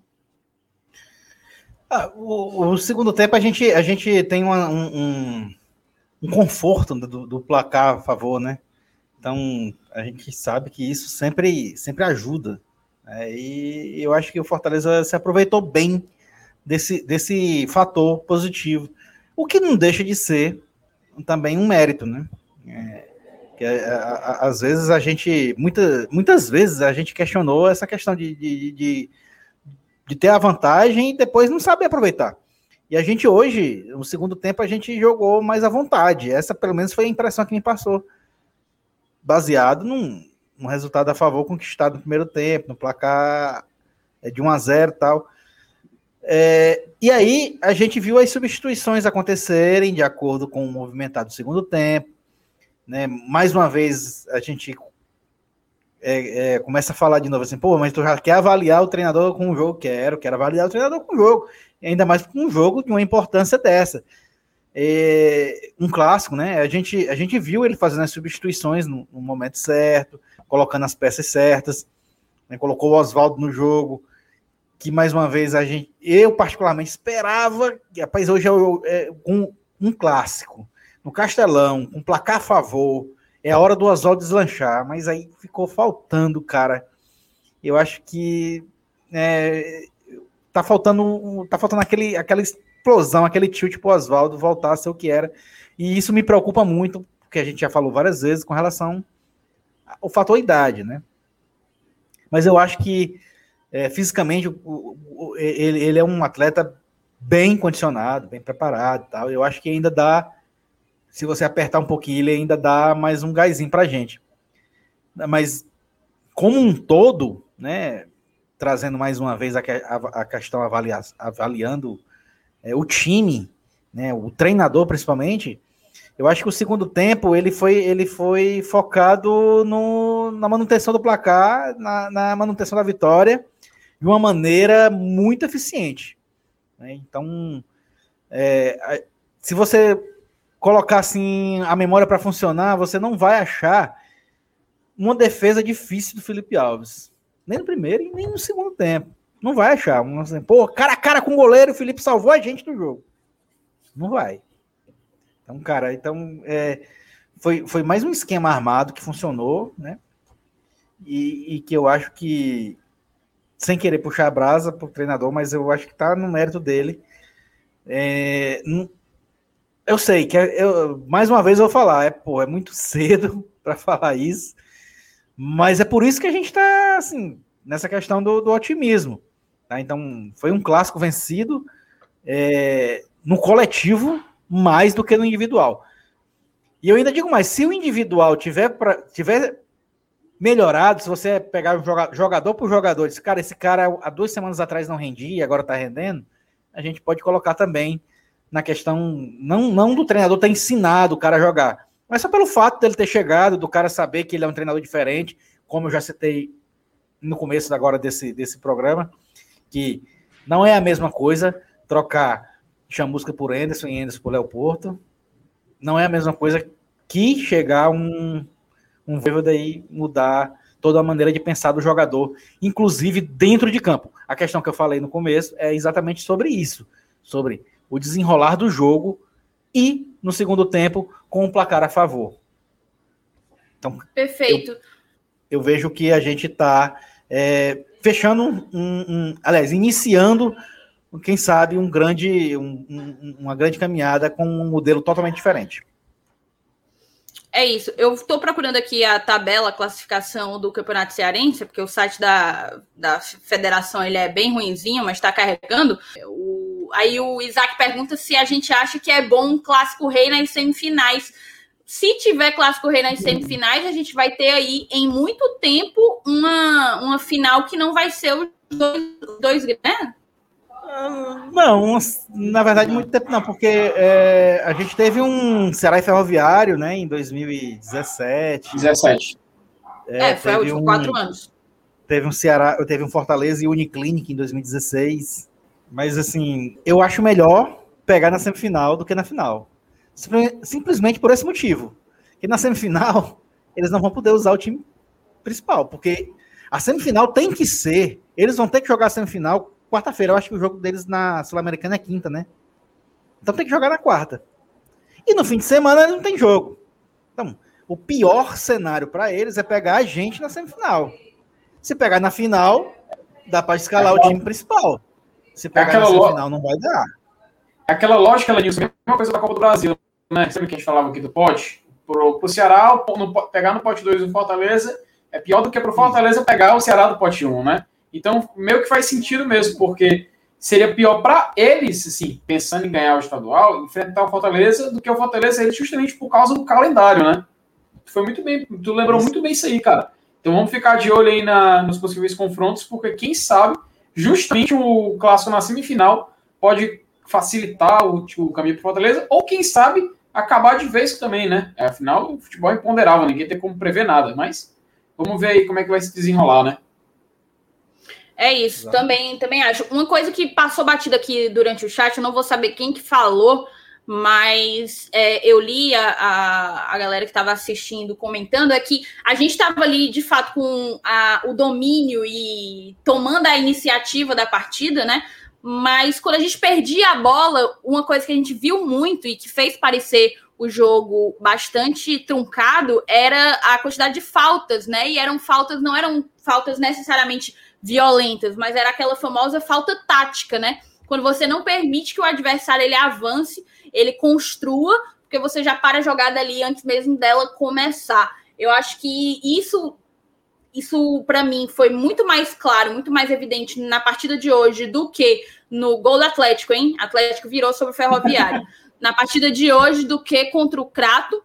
O segundo tempo a gente tem um conforto do placar a favor, né? Então a gente sabe que isso sempre ajuda. E eu acho que o Fortaleza se aproveitou bem desse fator positivo, o que não deixa de ser também um mérito, né? Às vezes muitas vezes a gente questionou essa questão de ter a vantagem e depois não saber aproveitar. E a gente hoje, no segundo tempo, a gente jogou mais à vontade. Essa, pelo menos, foi a impressão que me passou, baseado num resultado a favor conquistado no primeiro tempo, no placar de 1-0 e tal. E aí a gente viu as substituições acontecerem de acordo com o movimentado do segundo tempo, né? Mais uma vez a gente começa a falar de novo assim, mas tu já quer avaliar o treinador com o jogo? Quero avaliar o treinador com o jogo, e ainda mais com um jogo de uma importância dessa. Um clássico, né? A gente viu ele fazendo as substituições no momento certo, colocando as peças certas, né? Colocou o Oswaldo no jogo, que mais uma vez eu particularmente esperava, rapaz, hoje é um clássico, no Castelão, com placar a favor, é a hora do Oswaldo deslanchar, mas aí ficou faltando, cara. Eu acho que tá faltando aquela explosão, aquele tilt pro Oswaldo voltar a ser o que era, e isso me preocupa muito, porque a gente já falou várias vezes com relação ao fator idade, né? Mas eu acho que fisicamente, ele é um atleta bem condicionado, bem preparado e tal. Eu acho que ainda dá, se você apertar um pouquinho, ele ainda dá mais um gásinho pra gente. Mas, como um todo, né, trazendo mais uma vez a questão avaliando o time, né, o treinador principalmente, eu acho que o segundo tempo ele foi focado na manutenção do placar, na manutenção da vitória, de uma maneira muito eficiente. Né? Então, se você colocar assim a memória para funcionar, você não vai achar uma defesa difícil do Felipe Alves. Nem no primeiro e nem no segundo tempo. Não vai achar. Assim, pô, cara a cara com o goleiro, o Felipe salvou a gente do jogo. Não vai. Então, cara, foi mais um esquema armado que funcionou, né? E que eu acho que, sem querer puxar a brasa pro treinador, mas eu acho que tá no mérito dele. Eu sei que mais uma vez eu vou falar, é muito cedo para falar isso, mas é por isso que a gente tá assim, nessa questão do otimismo. Tá? Então, foi um clássico vencido no coletivo mais do que no individual. E eu ainda digo mais, se o individual tiver melhorado, se você pegar jogador por jogador, esse cara há 2 semanas atrás não rendia, agora está rendendo, a gente pode colocar também na questão, não do treinador ter ensinado o cara a jogar, mas só pelo fato dele ter chegado, do cara saber que ele é um treinador diferente, como eu já citei no começo agora desse programa, que não é a mesma coisa trocar Chamusca por Anderson e Anderson por Léo Porto, não é a mesma coisa que chegar um Voivoda aí mudar toda a maneira de pensar do jogador, inclusive dentro de campo. A questão que eu falei no começo é exatamente sobre isso, sobre o desenrolar do jogo e, no segundo tempo, com o placar a favor. Então, perfeito. Eu vejo que a gente está fechando aliás, iniciando, quem sabe, uma grande caminhada com um modelo totalmente diferente. É isso. Eu estou procurando aqui a tabela, a classificação do Campeonato Cearense, porque o site da federação ele é bem ruinzinho, mas está carregando. Aí o Isaac pergunta se a gente acha que é bom um Clássico Rei nas semifinais. Se tiver Clássico Rei nas semifinais, a gente vai ter aí, em muito tempo, uma final que não vai ser os dois né? Não, na verdade, muito tempo não, porque a gente teve um Ceará e Ferroviário, né, em 2017. 17. Foi os 4 anos. Teve um Fortaleza e Uniclinic em 2016. Mas, assim, eu acho melhor pegar na semifinal do que na final. Simplesmente por esse motivo. Que na semifinal, eles não vão poder usar o time principal, porque a semifinal tem que ser... Eles vão ter que jogar a semifinal quarta-feira. Eu acho que o jogo deles na Sul-Americana é quinta, né? Então tem que jogar na quarta. E no fim de semana não tem jogo. Então, o pior cenário para eles é pegar a gente na semifinal. Se pegar na final, dá para escalar o time principal. Se pegar na semifinal, não vai dar. Aquela lógica, Lenilson, é a mesma coisa da Copa do Brasil, né? Sabe o que a gente falava aqui do pote? Pro Ceará, pegar no pote 2 o Fortaleza é pior do que pro Fortaleza pegar o Ceará do pote 1, né? Então, meio que faz sentido mesmo, porque seria pior para eles, assim, pensando em ganhar o estadual, enfrentar o Fortaleza, do que o Fortaleza eles justamente por causa do calendário, né? Foi muito bem, tu lembrou muito bem isso aí, cara. Então vamos ficar de olho aí nos possíveis confrontos, porque quem sabe, justamente o clássico na semifinal pode facilitar o caminho para Fortaleza, ou quem sabe acabar de vez também, né? Afinal, o futebol é imponderável, ninguém tem como prever nada, mas vamos ver aí como é que vai se desenrolar, né? É isso, também acho. Uma coisa que passou batida aqui durante o chat, eu não vou saber quem que falou, mas eu li a galera que estava assistindo comentando, é que a gente estava ali, de fato, com o domínio e tomando a iniciativa da partida, né? Mas quando a gente perdia a bola, uma coisa que a gente viu muito e que fez parecer o jogo bastante truncado era a quantidade de faltas, né? E não eram faltas necessariamente violentas, mas era aquela famosa falta tática, né? Quando você não permite que o adversário ele avance, ele construa, porque você já para a jogada ali antes mesmo dela começar. Eu acho que isso isso para mim foi muito mais claro, muito mais evidente na partida de hoje do que no gol do Atlético, hein? Atlético virou sobre o Ferroviário. Na partida de hoje do que contra o Crato.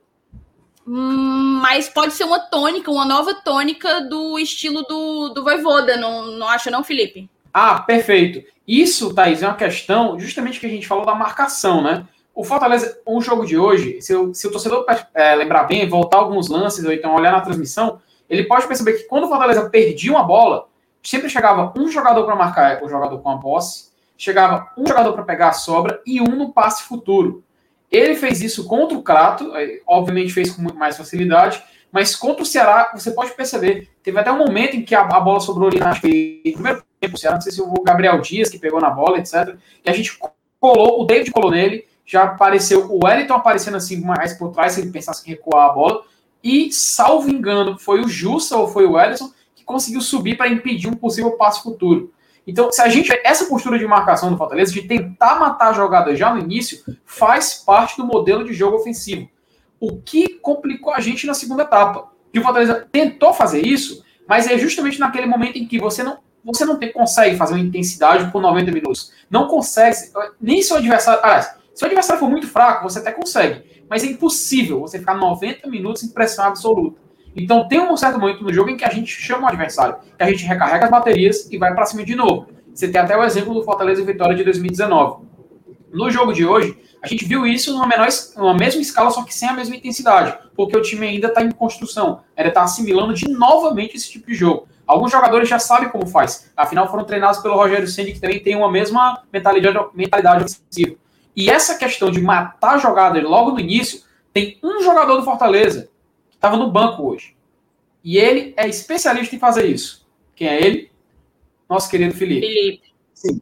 Mas pode ser uma tônica, uma nova tônica do estilo do Vojvoda, não acha não, Felipe? Perfeito. Isso, Thaís, é uma questão justamente que a gente falou da marcação, né? O Fortaleza, o jogo de hoje, se o torcedor lembrar bem, voltar alguns lances ou então olhar na transmissão, ele pode perceber que quando o Fortaleza perdia uma bola, sempre chegava um jogador para marcar o jogador com a posse, chegava um jogador para pegar a sobra e um no passe futuro. Ele fez isso contra o Crato, obviamente fez com muito mais facilidade, mas contra o Ceará, você pode perceber, teve até um momento em que a bola sobrou ali, acho que no primeiro tempo, o Ceará, não sei se o Gabriel Dias que pegou na bola, etc. E a gente o David colou nele, já apareceu o Wellington aparecendo assim mais por trás, se ele pensasse em recuar a bola, e, salvo engano, foi o Jussa ou foi o Ederson que conseguiu subir para impedir um possível passe futuro. Então, se a gente essa postura de marcação do Fortaleza, de tentar matar a jogada já no início, faz parte do modelo de jogo ofensivo. O que complicou a gente na segunda etapa. E o Fortaleza tentou fazer isso, mas é justamente naquele momento em que você não consegue fazer uma intensidade por 90 minutos. Não consegue, nem se o adversário... Aliás, se o adversário for muito fraco, você até consegue. Mas é impossível você ficar 90 minutos em pressão absoluta. Então tem um certo momento no jogo em que a gente chama o adversário, que a gente recarrega as baterias e vai para cima de novo. Você tem até o exemplo do Fortaleza e Vitória de 2019. No jogo de hoje, a gente viu isso numa mesma escala, só que sem a mesma intensidade, porque o time ainda está em construção, ainda está assimilando novamente esse tipo de jogo. Alguns jogadores já sabem como faz, afinal foram treinados pelo Rogério Ceni, que também tem uma mesma mentalidade ofensiva. E essa questão de matar a jogada logo no início, tem um jogador do Fortaleza que estava no banco hoje. E ele é especialista em fazer isso. Quem é ele? Nosso querido Felipe. Sim.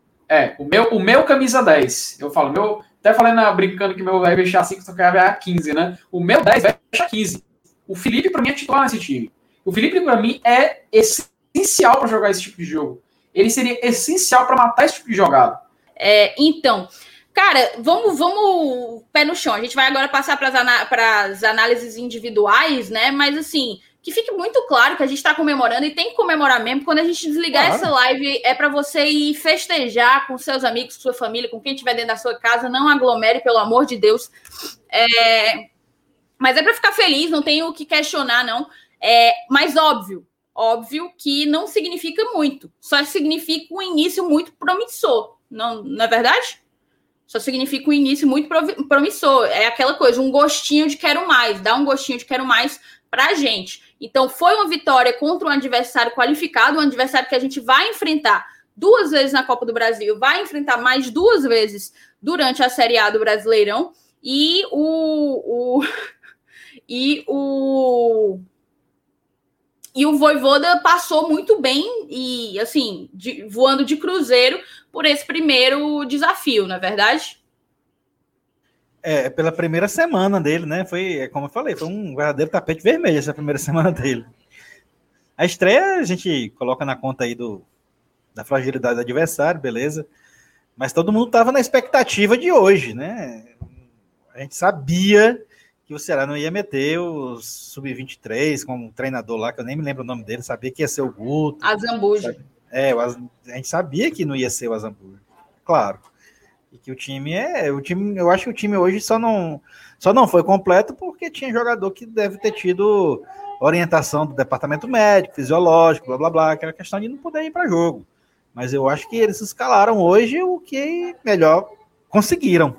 O meu camisa 10. Eu falo, até falei brincando que meu vai fechar 5, só que vai 15, né? O meu 10 vai fechar 15. O Felipe, para mim, é titular nesse time. O Felipe, para mim, é essencial para jogar esse tipo de jogo. Ele seria essencial para matar esse tipo de jogada. Então, cara, vamos pé no chão. A gente vai agora passar para as análises individuais, né? Mas, assim, que fique muito claro que a gente está comemorando e tem que comemorar mesmo. Quando a gente desligar essa live, é para você ir festejar com seus amigos, com sua família, com quem estiver dentro da sua casa. Não aglomere, pelo amor de Deus. Mas é para ficar feliz, não tem o que questionar, não. Mas óbvio que não significa muito. Só significa um início muito promissor. Não é verdade? Só significa um início muito promissor. É aquela coisa, um gostinho de quero mais. Dá um gostinho de quero mais pra gente. Então, foi uma vitória contra um adversário qualificado, um adversário que a gente vai enfrentar 2 vezes na Copa do Brasil, vai enfrentar mais 2 vezes durante a Série A do Brasileirão. E o Vojvoda passou muito bem e, assim, voando de cruzeiro por esse primeiro desafio, não é verdade? Pela primeira semana dele, né? Foi, como eu falei, foi um verdadeiro tapete vermelho essa primeira semana dele. A estreia a gente coloca na conta aí da fragilidade do adversário, beleza? Mas todo mundo estava na expectativa de hoje, né? A gente sabia que o Ceará não ia meter o Sub-23 com um treinador lá, que eu nem me lembro o nome dele, sabia que ia ser o Guto. Azambuja. A gente sabia que não ia ser o Azambuja, claro. E que o time, eu acho que o time hoje só não foi completo porque tinha jogador que deve ter tido orientação do departamento médico, fisiológico, blá, blá, blá, aquela questão de não poder ir para jogo. Mas eu acho que eles escalaram hoje o que melhor conseguiram.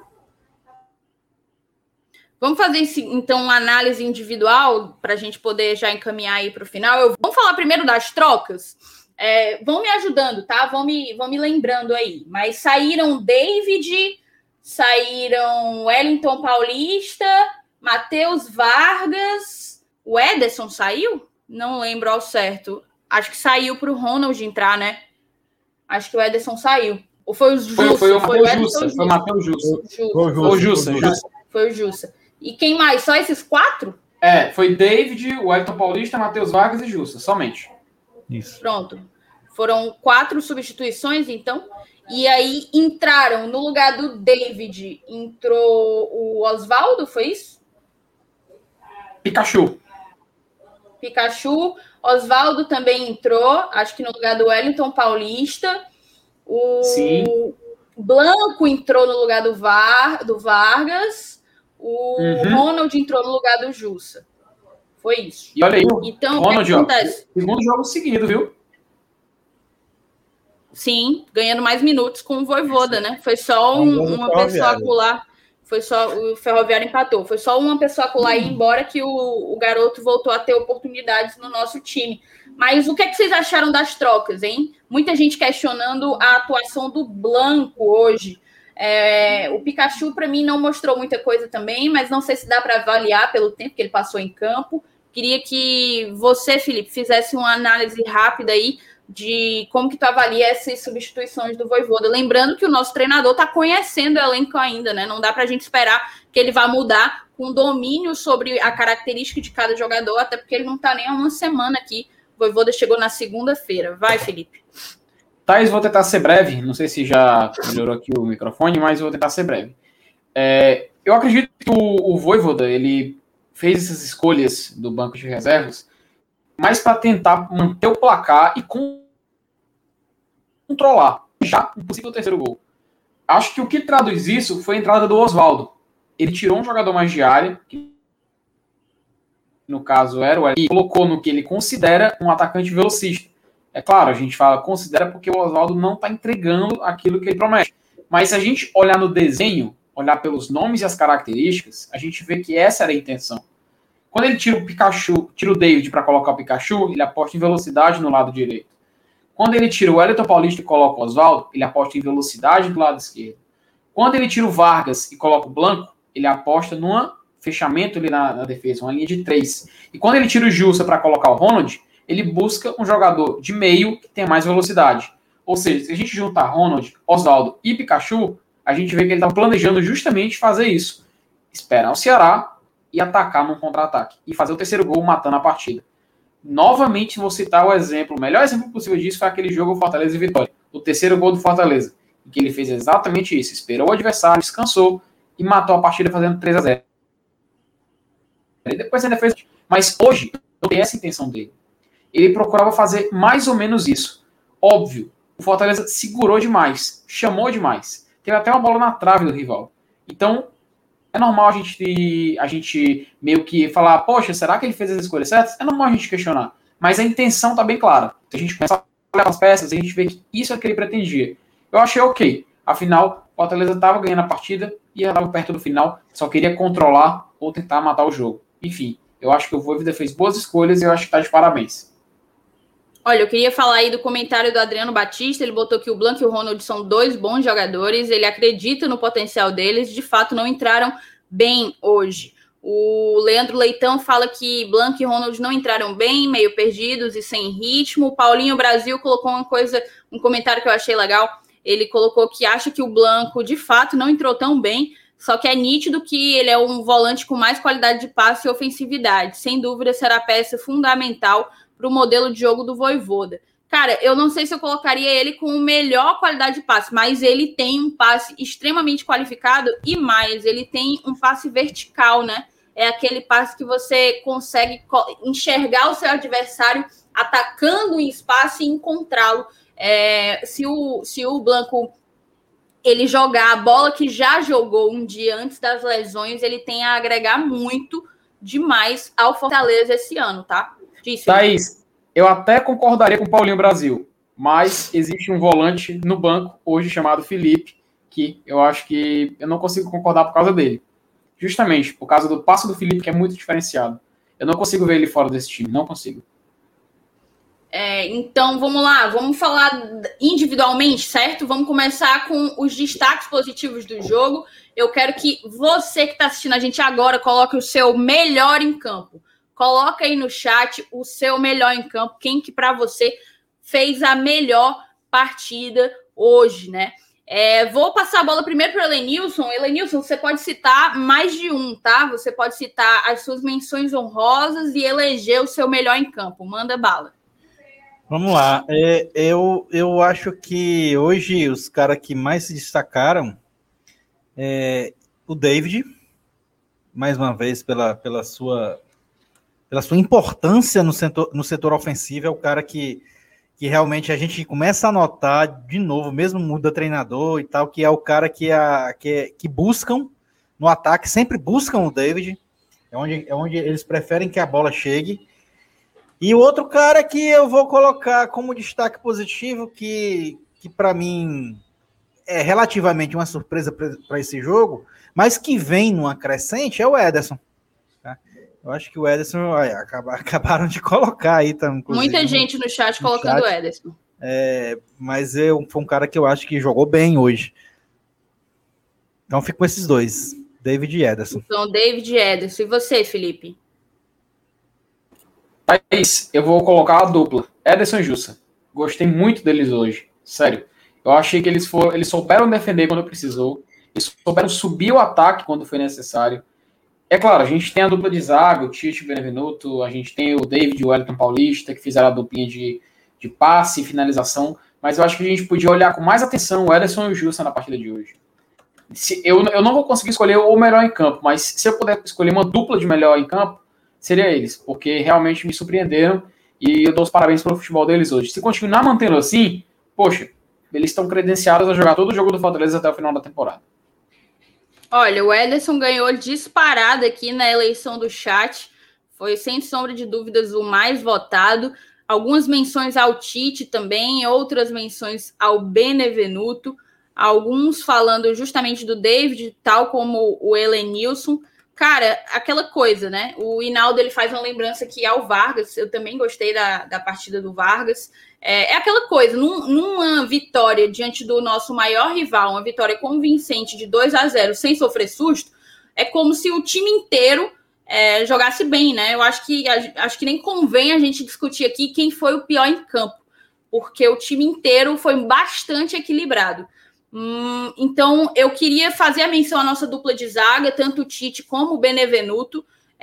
Vamos fazer, então, uma análise individual para a gente poder já encaminhar aí para o final. Vamos falar primeiro das trocas? Vão me ajudando, tá? Vão me lembrando aí. Mas saíram David, saíram Wellington Paulista, Matheus Vargas, o Ederson saiu? Não lembro ao certo. Acho que saiu para o Ronald entrar, né? Acho que o Ederson saiu. Ou foi o Jussa? Foi o Matheus Jussa. Foi o Jussa. E quem mais? Só esses 4? Foi David, Wellington Paulista, Matheus Vargas e Jussa, somente. Isso. Pronto. Foram 4 substituições, então. E aí entraram, no lugar do David, entrou o Oswaldo, foi isso? Pikachu. Pikachu. Oswaldo também entrou, acho que no lugar do Wellington Paulista. Sim. Blanco entrou no lugar do Vargas. O Ronald entrou no lugar do Jussa. Foi isso. E olha aí, então, Ronald, o que acontece? Segundo jogo seguido, viu? Sim, ganhando mais minutos com o Vojvoda, né? Foi só uma pessoa acular. Foi só o Ferroviário empatou. Foi só uma pessoa acular ir embora que o garoto voltou a ter oportunidades no nosso time. Mas o que vocês acharam das trocas, hein? Muita gente questionando a atuação do Blanco hoje. O Pikachu, para mim, não mostrou muita coisa também, mas não sei se dá para avaliar pelo tempo que ele passou em campo. Queria que você, Felipe, fizesse uma análise rápida aí de como que tu avalia essas substituições do Vojvoda. Lembrando que o nosso treinador está conhecendo o elenco ainda, né? Não dá para a gente esperar que ele vá mudar com domínio sobre a característica de cada jogador, até porque ele não está nem há uma semana aqui. O Vojvoda chegou na segunda-feira. Vai, Felipe. Thais, vou tentar ser breve. Não sei se já melhorou aqui o microfone, mas vou tentar ser breve. Eu acredito que o Vojvoda, ele fez essas escolhas do banco de reservas mais para tentar manter o placar e controlar já um possível terceiro gol. Acho que o que traduz isso foi a entrada do Oswaldo. Ele tirou um jogador mais de área, que no caso era o Eli, e colocou no que ele considera um atacante velocista. É claro, a gente fala considera porque o Oswaldo não está entregando aquilo que ele promete. Mas se a gente olhar no desenho, olhar pelos nomes e as características, a gente vê que essa era a intenção. Quando ele tira o Pikachu, tira o David para colocar o Pikachu, ele aposta em velocidade no lado direito. Quando ele tira o Wellington Paulista e coloca o Oswaldo, ele aposta em velocidade do lado esquerdo. Quando ele tira o Vargas e coloca o Blanco, ele aposta num fechamento ali na defesa, uma linha de 3. E quando ele tira o Jussa para colocar o Ronald, ele busca um jogador de meio que tenha mais velocidade. Ou seja, se a gente juntar Ronald, Oswaldo e Pikachu, a gente vê que ele está planejando justamente fazer isso. Esperar o Ceará e atacar num contra-ataque. E fazer o terceiro gol matando a partida. Novamente, vou citar o exemplo. O melhor exemplo possível disso foi aquele jogo Fortaleza e Vitória. O terceiro gol do Fortaleza. Em que ele fez exatamente isso. Esperou o adversário, descansou e matou a partida fazendo 3-0. E depois ainda fez... Mas hoje, eu tenho essa intenção dele. Ele procurava fazer mais ou menos isso. Óbvio, o Fortaleza segurou demais. Chamou demais. Teve até uma bola na trave do rival. Então... é normal a gente meio que falar, poxa, será que ele fez as escolhas certas? É normal a gente questionar. Mas a intenção tá bem clara. Se a gente começar a olhar as peças, a gente vê que isso é o que ele pretendia. Eu achei ok. Afinal, o Fortaleza estava ganhando a partida e já estava perto do final. Só queria controlar ou tentar matar o jogo. Enfim, eu acho que o Vojvoda fez boas escolhas e eu acho que tá de parabéns. Olha, eu queria falar aí do comentário do Adriano Batista. Ele botou que o Blanco e o Ronald são dois bons jogadores. Ele acredita no potencial deles. De fato, não entraram bem hoje. O Leandro Leitão fala que Blanco e Ronald não entraram bem, meio perdidos e sem ritmo. O Paulinho Brasil colocou um comentário que eu achei legal. Ele colocou que acha que o Blanco, de fato, não entrou tão bem, só que é nítido que ele é um volante com mais qualidade de passe e ofensividade. Sem dúvida, será peça fundamental para o modelo de jogo do Vojvoda. Cara, eu não sei se eu colocaria ele com melhor qualidade de passe, mas ele tem um passe extremamente qualificado e mais, ele tem um passe vertical, né? É aquele passe que você consegue enxergar o seu adversário atacando em espaço e encontrá-lo. Se o Blanco ele jogar a bola que já jogou um dia antes das lesões, ele tem a agregar muito demais ao Fortaleza esse ano, tá? Thaís, eu até concordaria com o Paulinho Brasil, mas existe um volante no banco hoje chamado Felipe, que eu acho que eu não consigo concordar por causa dele. Justamente por causa do passo do Felipe, que é muito diferenciado. Eu não consigo ver ele fora desse time, não consigo. Então, vamos lá, vamos falar individualmente, certo? Vamos começar com os destaques positivos do jogo. Eu quero que você que está assistindo a gente agora coloque o seu melhor em campo. Coloca aí no chat o seu melhor em campo, quem que para você fez a melhor partida hoje, né? Vou passar a bola primeiro para o Elenilson. Elenilson, você pode citar mais de um, tá? Você pode citar as suas menções honrosas e eleger o seu melhor em campo. Manda bala. Vamos lá. Eu acho que hoje os caras que mais se destacaram o David, mais uma vez pela sua pela sua importância no setor ofensivo, é o cara que realmente a gente começa a notar de novo, mesmo muda treinador e tal, que é o cara que buscam no ataque, sempre buscam o David, é onde eles preferem que a bola chegue. E o outro cara que eu vou colocar como destaque positivo, que para mim é relativamente uma surpresa para esse jogo, mas que vem numa crescente, é o Ederson. Tá? Eu acho que o Ederson acabaram de colocar aí. Tá, muita gente no chat colocando o Ederson. Mas foi um cara que eu acho que jogou bem hoje. Então fico com esses dois, David e Ederson. Então, David e Ederson. E você, Felipe? Thaís, eu vou colocar a dupla, Ederson e Jussa. Gostei muito deles hoje, sério. Eu achei que eles souberam defender quando precisou, eles souberam subir o ataque quando foi necessário. É claro, a gente tem a dupla de zaga, o Tite e o Benevenuto, a gente tem o David e o Wellington Paulista, que fizeram a duplinha de passe e finalização, mas eu acho que a gente podia olhar com mais atenção o Ederson e o Jussa na partida de hoje. Eu não vou conseguir escolher o melhor em campo, mas se eu puder escolher uma dupla de melhor em campo, seria eles, porque realmente me surpreenderam e eu dou os parabéns pelo futebol deles hoje. Se continuar mantendo assim, poxa, eles estão credenciados a jogar todo o jogo do Fortaleza até o final da temporada. Olha, o Ederson ganhou disparado aqui na eleição do chat, foi sem sombra de dúvidas o mais votado. Algumas menções ao Tite também, outras menções ao Benevenuto, alguns falando justamente do David, tal como o Elenilson. Cara, aquela coisa, né? O Hinaldo, ele faz uma lembrança aqui ao Vargas. Eu também gostei da partida do Vargas. É aquela coisa, numa vitória diante do nosso maior rival, uma vitória convincente de 2-0, sem sofrer susto, é como se o time inteiro jogasse bem, né? Eu acho que nem convém a gente discutir aqui quem foi o pior em campo, porque o time inteiro foi bastante equilibrado. Então, eu queria fazer a menção à nossa dupla de zaga, tanto o Tite como o Benevenuto.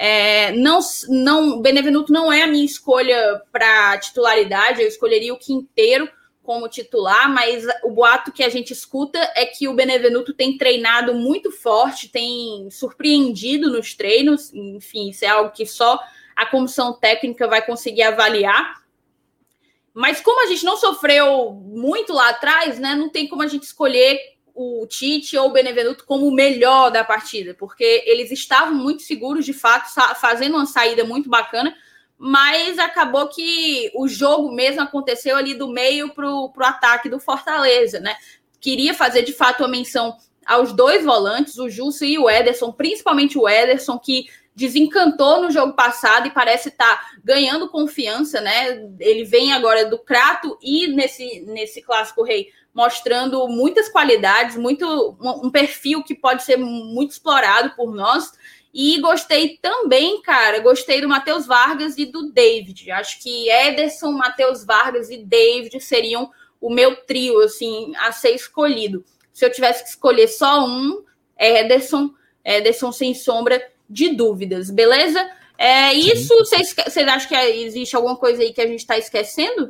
Benevenuto não é a minha escolha para titularidade, eu escolheria o Quinteiro como titular, mas o boato que a gente escuta é que o Benevenuto tem treinado muito forte, tem surpreendido nos treinos, enfim, isso é algo que só a comissão técnica vai conseguir avaliar. Mas como a gente não sofreu muito lá atrás, né, não tem como a gente escolher o Tite ou o Benevenuto como o melhor da partida, porque eles estavam muito seguros, de fato, fazendo uma saída muito bacana, mas acabou que o jogo mesmo aconteceu ali do meio para o ataque do Fortaleza, né? Queria fazer, de fato, a menção aos dois volantes, o Jussa e o Ederson, principalmente o Ederson, que desencantou no jogo passado e parece estar ganhando confiança, né? Ele vem agora do Crato e nesse Clássico Rei mostrando muitas qualidades, um perfil que pode ser muito explorado por nós. E gostei também, cara, gostei do Matheus Vargas e do David. Acho que Ederson, Matheus Vargas e David seriam o meu trio, assim, a ser escolhido. Se eu tivesse que escolher só um, Ederson sem sombra de dúvidas, beleza? Isso, vocês acham que existe alguma coisa aí que a gente está esquecendo?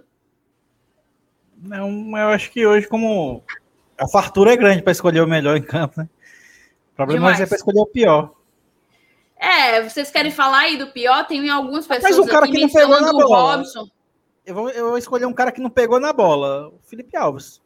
Não, eu acho que hoje, como a fartura é grande para escolher o melhor em campo, né? O problema é para escolher o pior. Vocês querem falar aí do pior? Tem algumas pessoas mas um cara aqui que não pegou na bola. Robson. Eu vou escolher um cara que não pegou na bola, o Felipe Alves.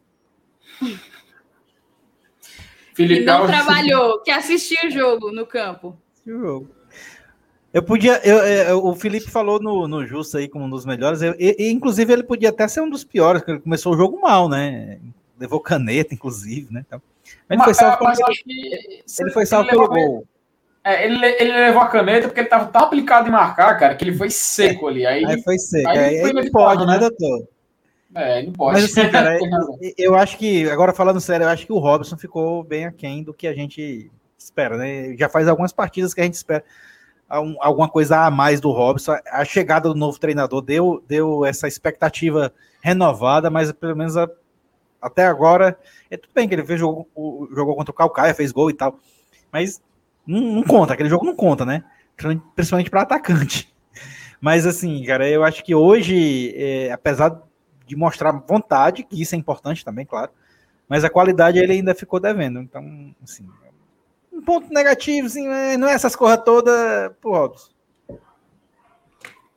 Felipe não Alves trabalhou, que assistiu o jogo no campo. Eu podia. O Felipe falou no Jussa aí como um dos melhores. Inclusive, ele podia até ser um dos piores, porque ele começou o jogo mal, né? Levou caneta, inclusive, né? Mas ele foi salvo pelo gol. Ele levou a caneta porque ele estava tão aplicado em marcar, cara, que ele foi seco ali. Aí foi seco. Aí não pode, né, doutor? Não pode. Mas assim, cara, eu acho que, agora falando sério, eu acho que o Robson ficou bem aquém do que a gente espera, né? Já faz algumas partidas que a gente espera alguma coisa a mais do Robson. A chegada do novo treinador deu essa expectativa renovada, mas pelo menos até agora, tudo bem que ele jogou contra o Caucaia, fez gol e tal, mas não conta, aquele jogo não conta, né? Principalmente para atacante. Mas assim, cara, eu acho que hoje, apesar de mostrar vontade, que isso é importante também, claro, mas a qualidade ele ainda ficou devendo. Então, assim, um ponto negativo, assim, não é essas coisas todas pro Robson.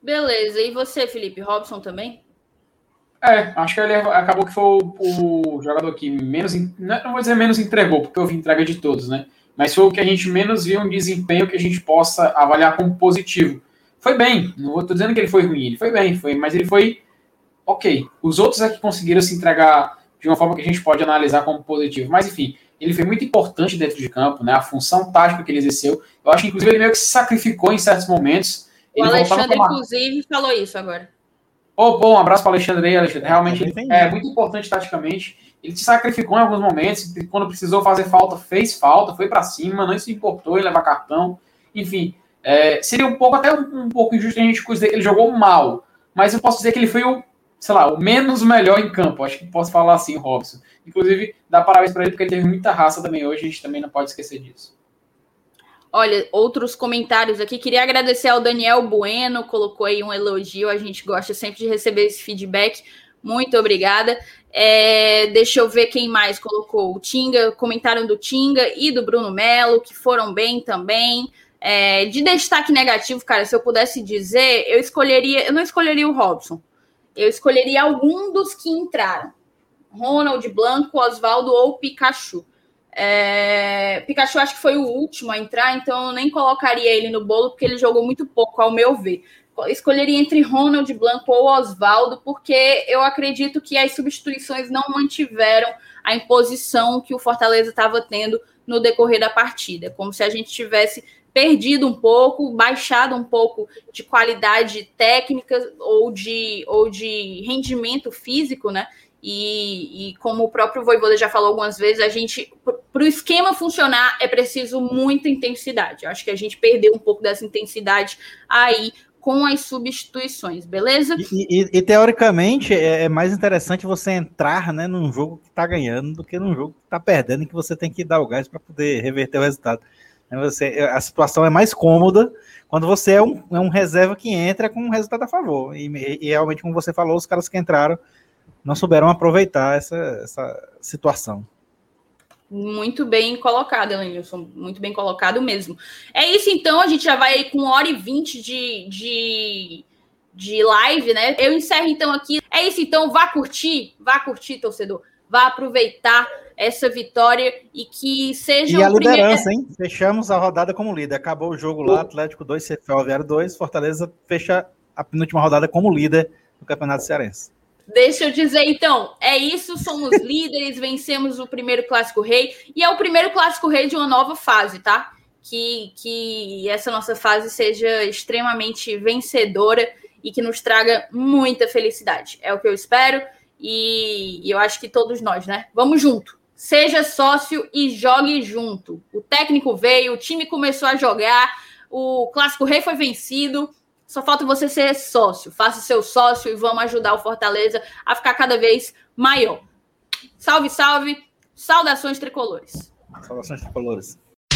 Beleza. E você, Felipe? Robson também? Acho que ele acabou que foi o jogador que menos, não vou dizer menos entregou, porque houve entrega de todos, né? Mas foi o que a gente menos viu um desempenho que a gente possa avaliar como positivo. Foi bem, não estou dizendo que ele foi ruim, ele foi bem, mas ele foi ok. Os outros é que conseguiram se entregar de uma forma que a gente pode analisar como positivo. Mas, enfim, ele foi muito importante dentro de campo, né? A função tática que ele exerceu. Eu acho que, inclusive, ele meio que se sacrificou em certos momentos. O Alexandre, inclusive, falou isso agora. Um abraço para o Alexandre aí, Alexandre. Realmente é muito importante taticamente. Ele se sacrificou em alguns momentos. Quando precisou fazer falta, fez falta, foi para cima, não se importou em levar cartão. Enfim, seria um pouco injusto a gente dizer que ele jogou mal. Mas eu posso dizer que ele foi o menos melhor em campo. Acho que posso falar assim, Robson. Inclusive, dá parabéns para ele, porque ele teve muita raça também hoje. A gente também não pode esquecer disso. Olha, outros comentários aqui. Queria agradecer ao Daniel Bueno, colocou aí um elogio. A gente gosta sempre de receber esse feedback. Muito obrigada. Deixa eu ver quem mais colocou. O Tinga, comentaram do Tinga e do Bruno Melo, que foram bem também. De destaque negativo, cara, se eu pudesse dizer, eu não escolheria o Robson. Eu escolheria algum dos que entraram. Ronald, Blanco, Osvaldo ou Pikachu. Pikachu acho que foi o último a entrar, então eu nem colocaria ele no bolo, porque ele jogou muito pouco, ao meu ver. Escolheria entre Ronald, Blanco ou Osvaldo, porque eu acredito que as substituições não mantiveram a imposição que o Fortaleza estava tendo no decorrer da partida. Como se a gente tivesse perdido um pouco, baixado um pouco de qualidade técnica ou de rendimento físico, né? E como o próprio Vojvoda já falou algumas vezes, para o esquema funcionar, é preciso muita intensidade. Eu acho que a gente perdeu um pouco dessa intensidade aí com as substituições, beleza? E teoricamente, é mais interessante você entrar, né, num jogo que está ganhando do que num jogo que está perdendo, e que você tem que dar o gás para poder reverter o resultado. A situação é mais cômoda quando você é um reserva que entra com um resultado a favor. E realmente, como você falou, os caras que entraram não souberam aproveitar essa situação. Muito bem colocado, Elenilson. Muito bem colocado mesmo. É isso, então. A gente já vai aí com 1h20 de live, né? Eu encerro, então, aqui. É isso, então. Vá curtir, torcedor. Vá aproveitar essa vitória e que seja a liderança, hein? Fechamos a rodada como líder. Acabou o jogo lá, Atlético 2, Ferroviário 2. Fortaleza fecha a penúltima rodada como líder do Campeonato Cearense. Deixa eu dizer, então, é isso, somos líderes, vencemos o primeiro Clássico Rei, e é o primeiro Clássico Rei de uma nova fase, tá? Que essa nossa fase seja extremamente vencedora e que nos traga muita felicidade. É o que eu espero, e eu acho que todos nós, né? Vamos junto. Seja sócio e jogue junto. O técnico veio, o time começou a jogar, o Clássico Rei foi vencido. Só falta você ser sócio. Faça seu sócio e vamos ajudar o Fortaleza a ficar cada vez maior. Salve, salve. Saudações tricolores. Saudações tricolores.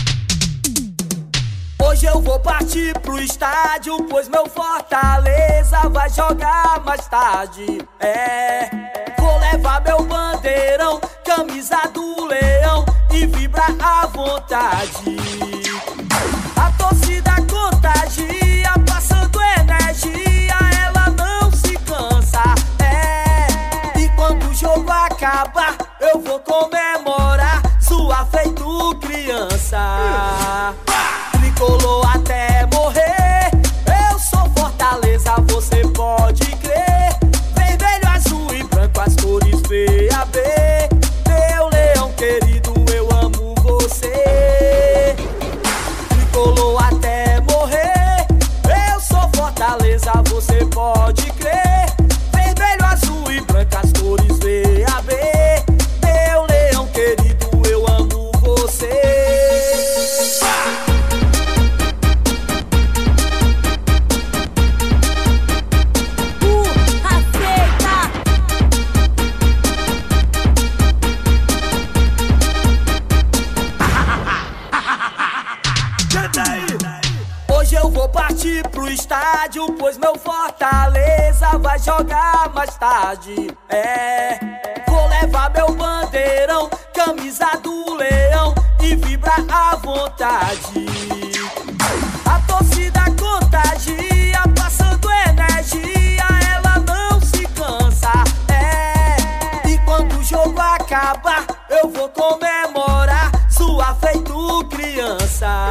Hoje eu vou partir pro estádio, pois meu Fortaleza vai jogar mais tarde. Vou levar meu bandeirão, camisa do leão e vibrar à vontade. A torcida contagia, passando energia, ela não se cansa. E quando o jogo acabar, eu vou comemorar, zoar feito criança. Tricolor até morrer, eu sou Fortaleza, você pode crer. Vermelho, azul e branco, as cores VAB. Meu leão querido, eu amo você. Tricolor até morrer, eu sou Fortaleza, você pode crer. Vermelho, azul e branco, as cores VAB. Meu leão querido, eu amo você. Hoje eu vou partir pro estádio, pois meu Fortaleza vai jogar mais tarde. Vou levar meu bandeirão, camisa do leão e vibrar à vontade. A torcida contagia, passando energia. criança.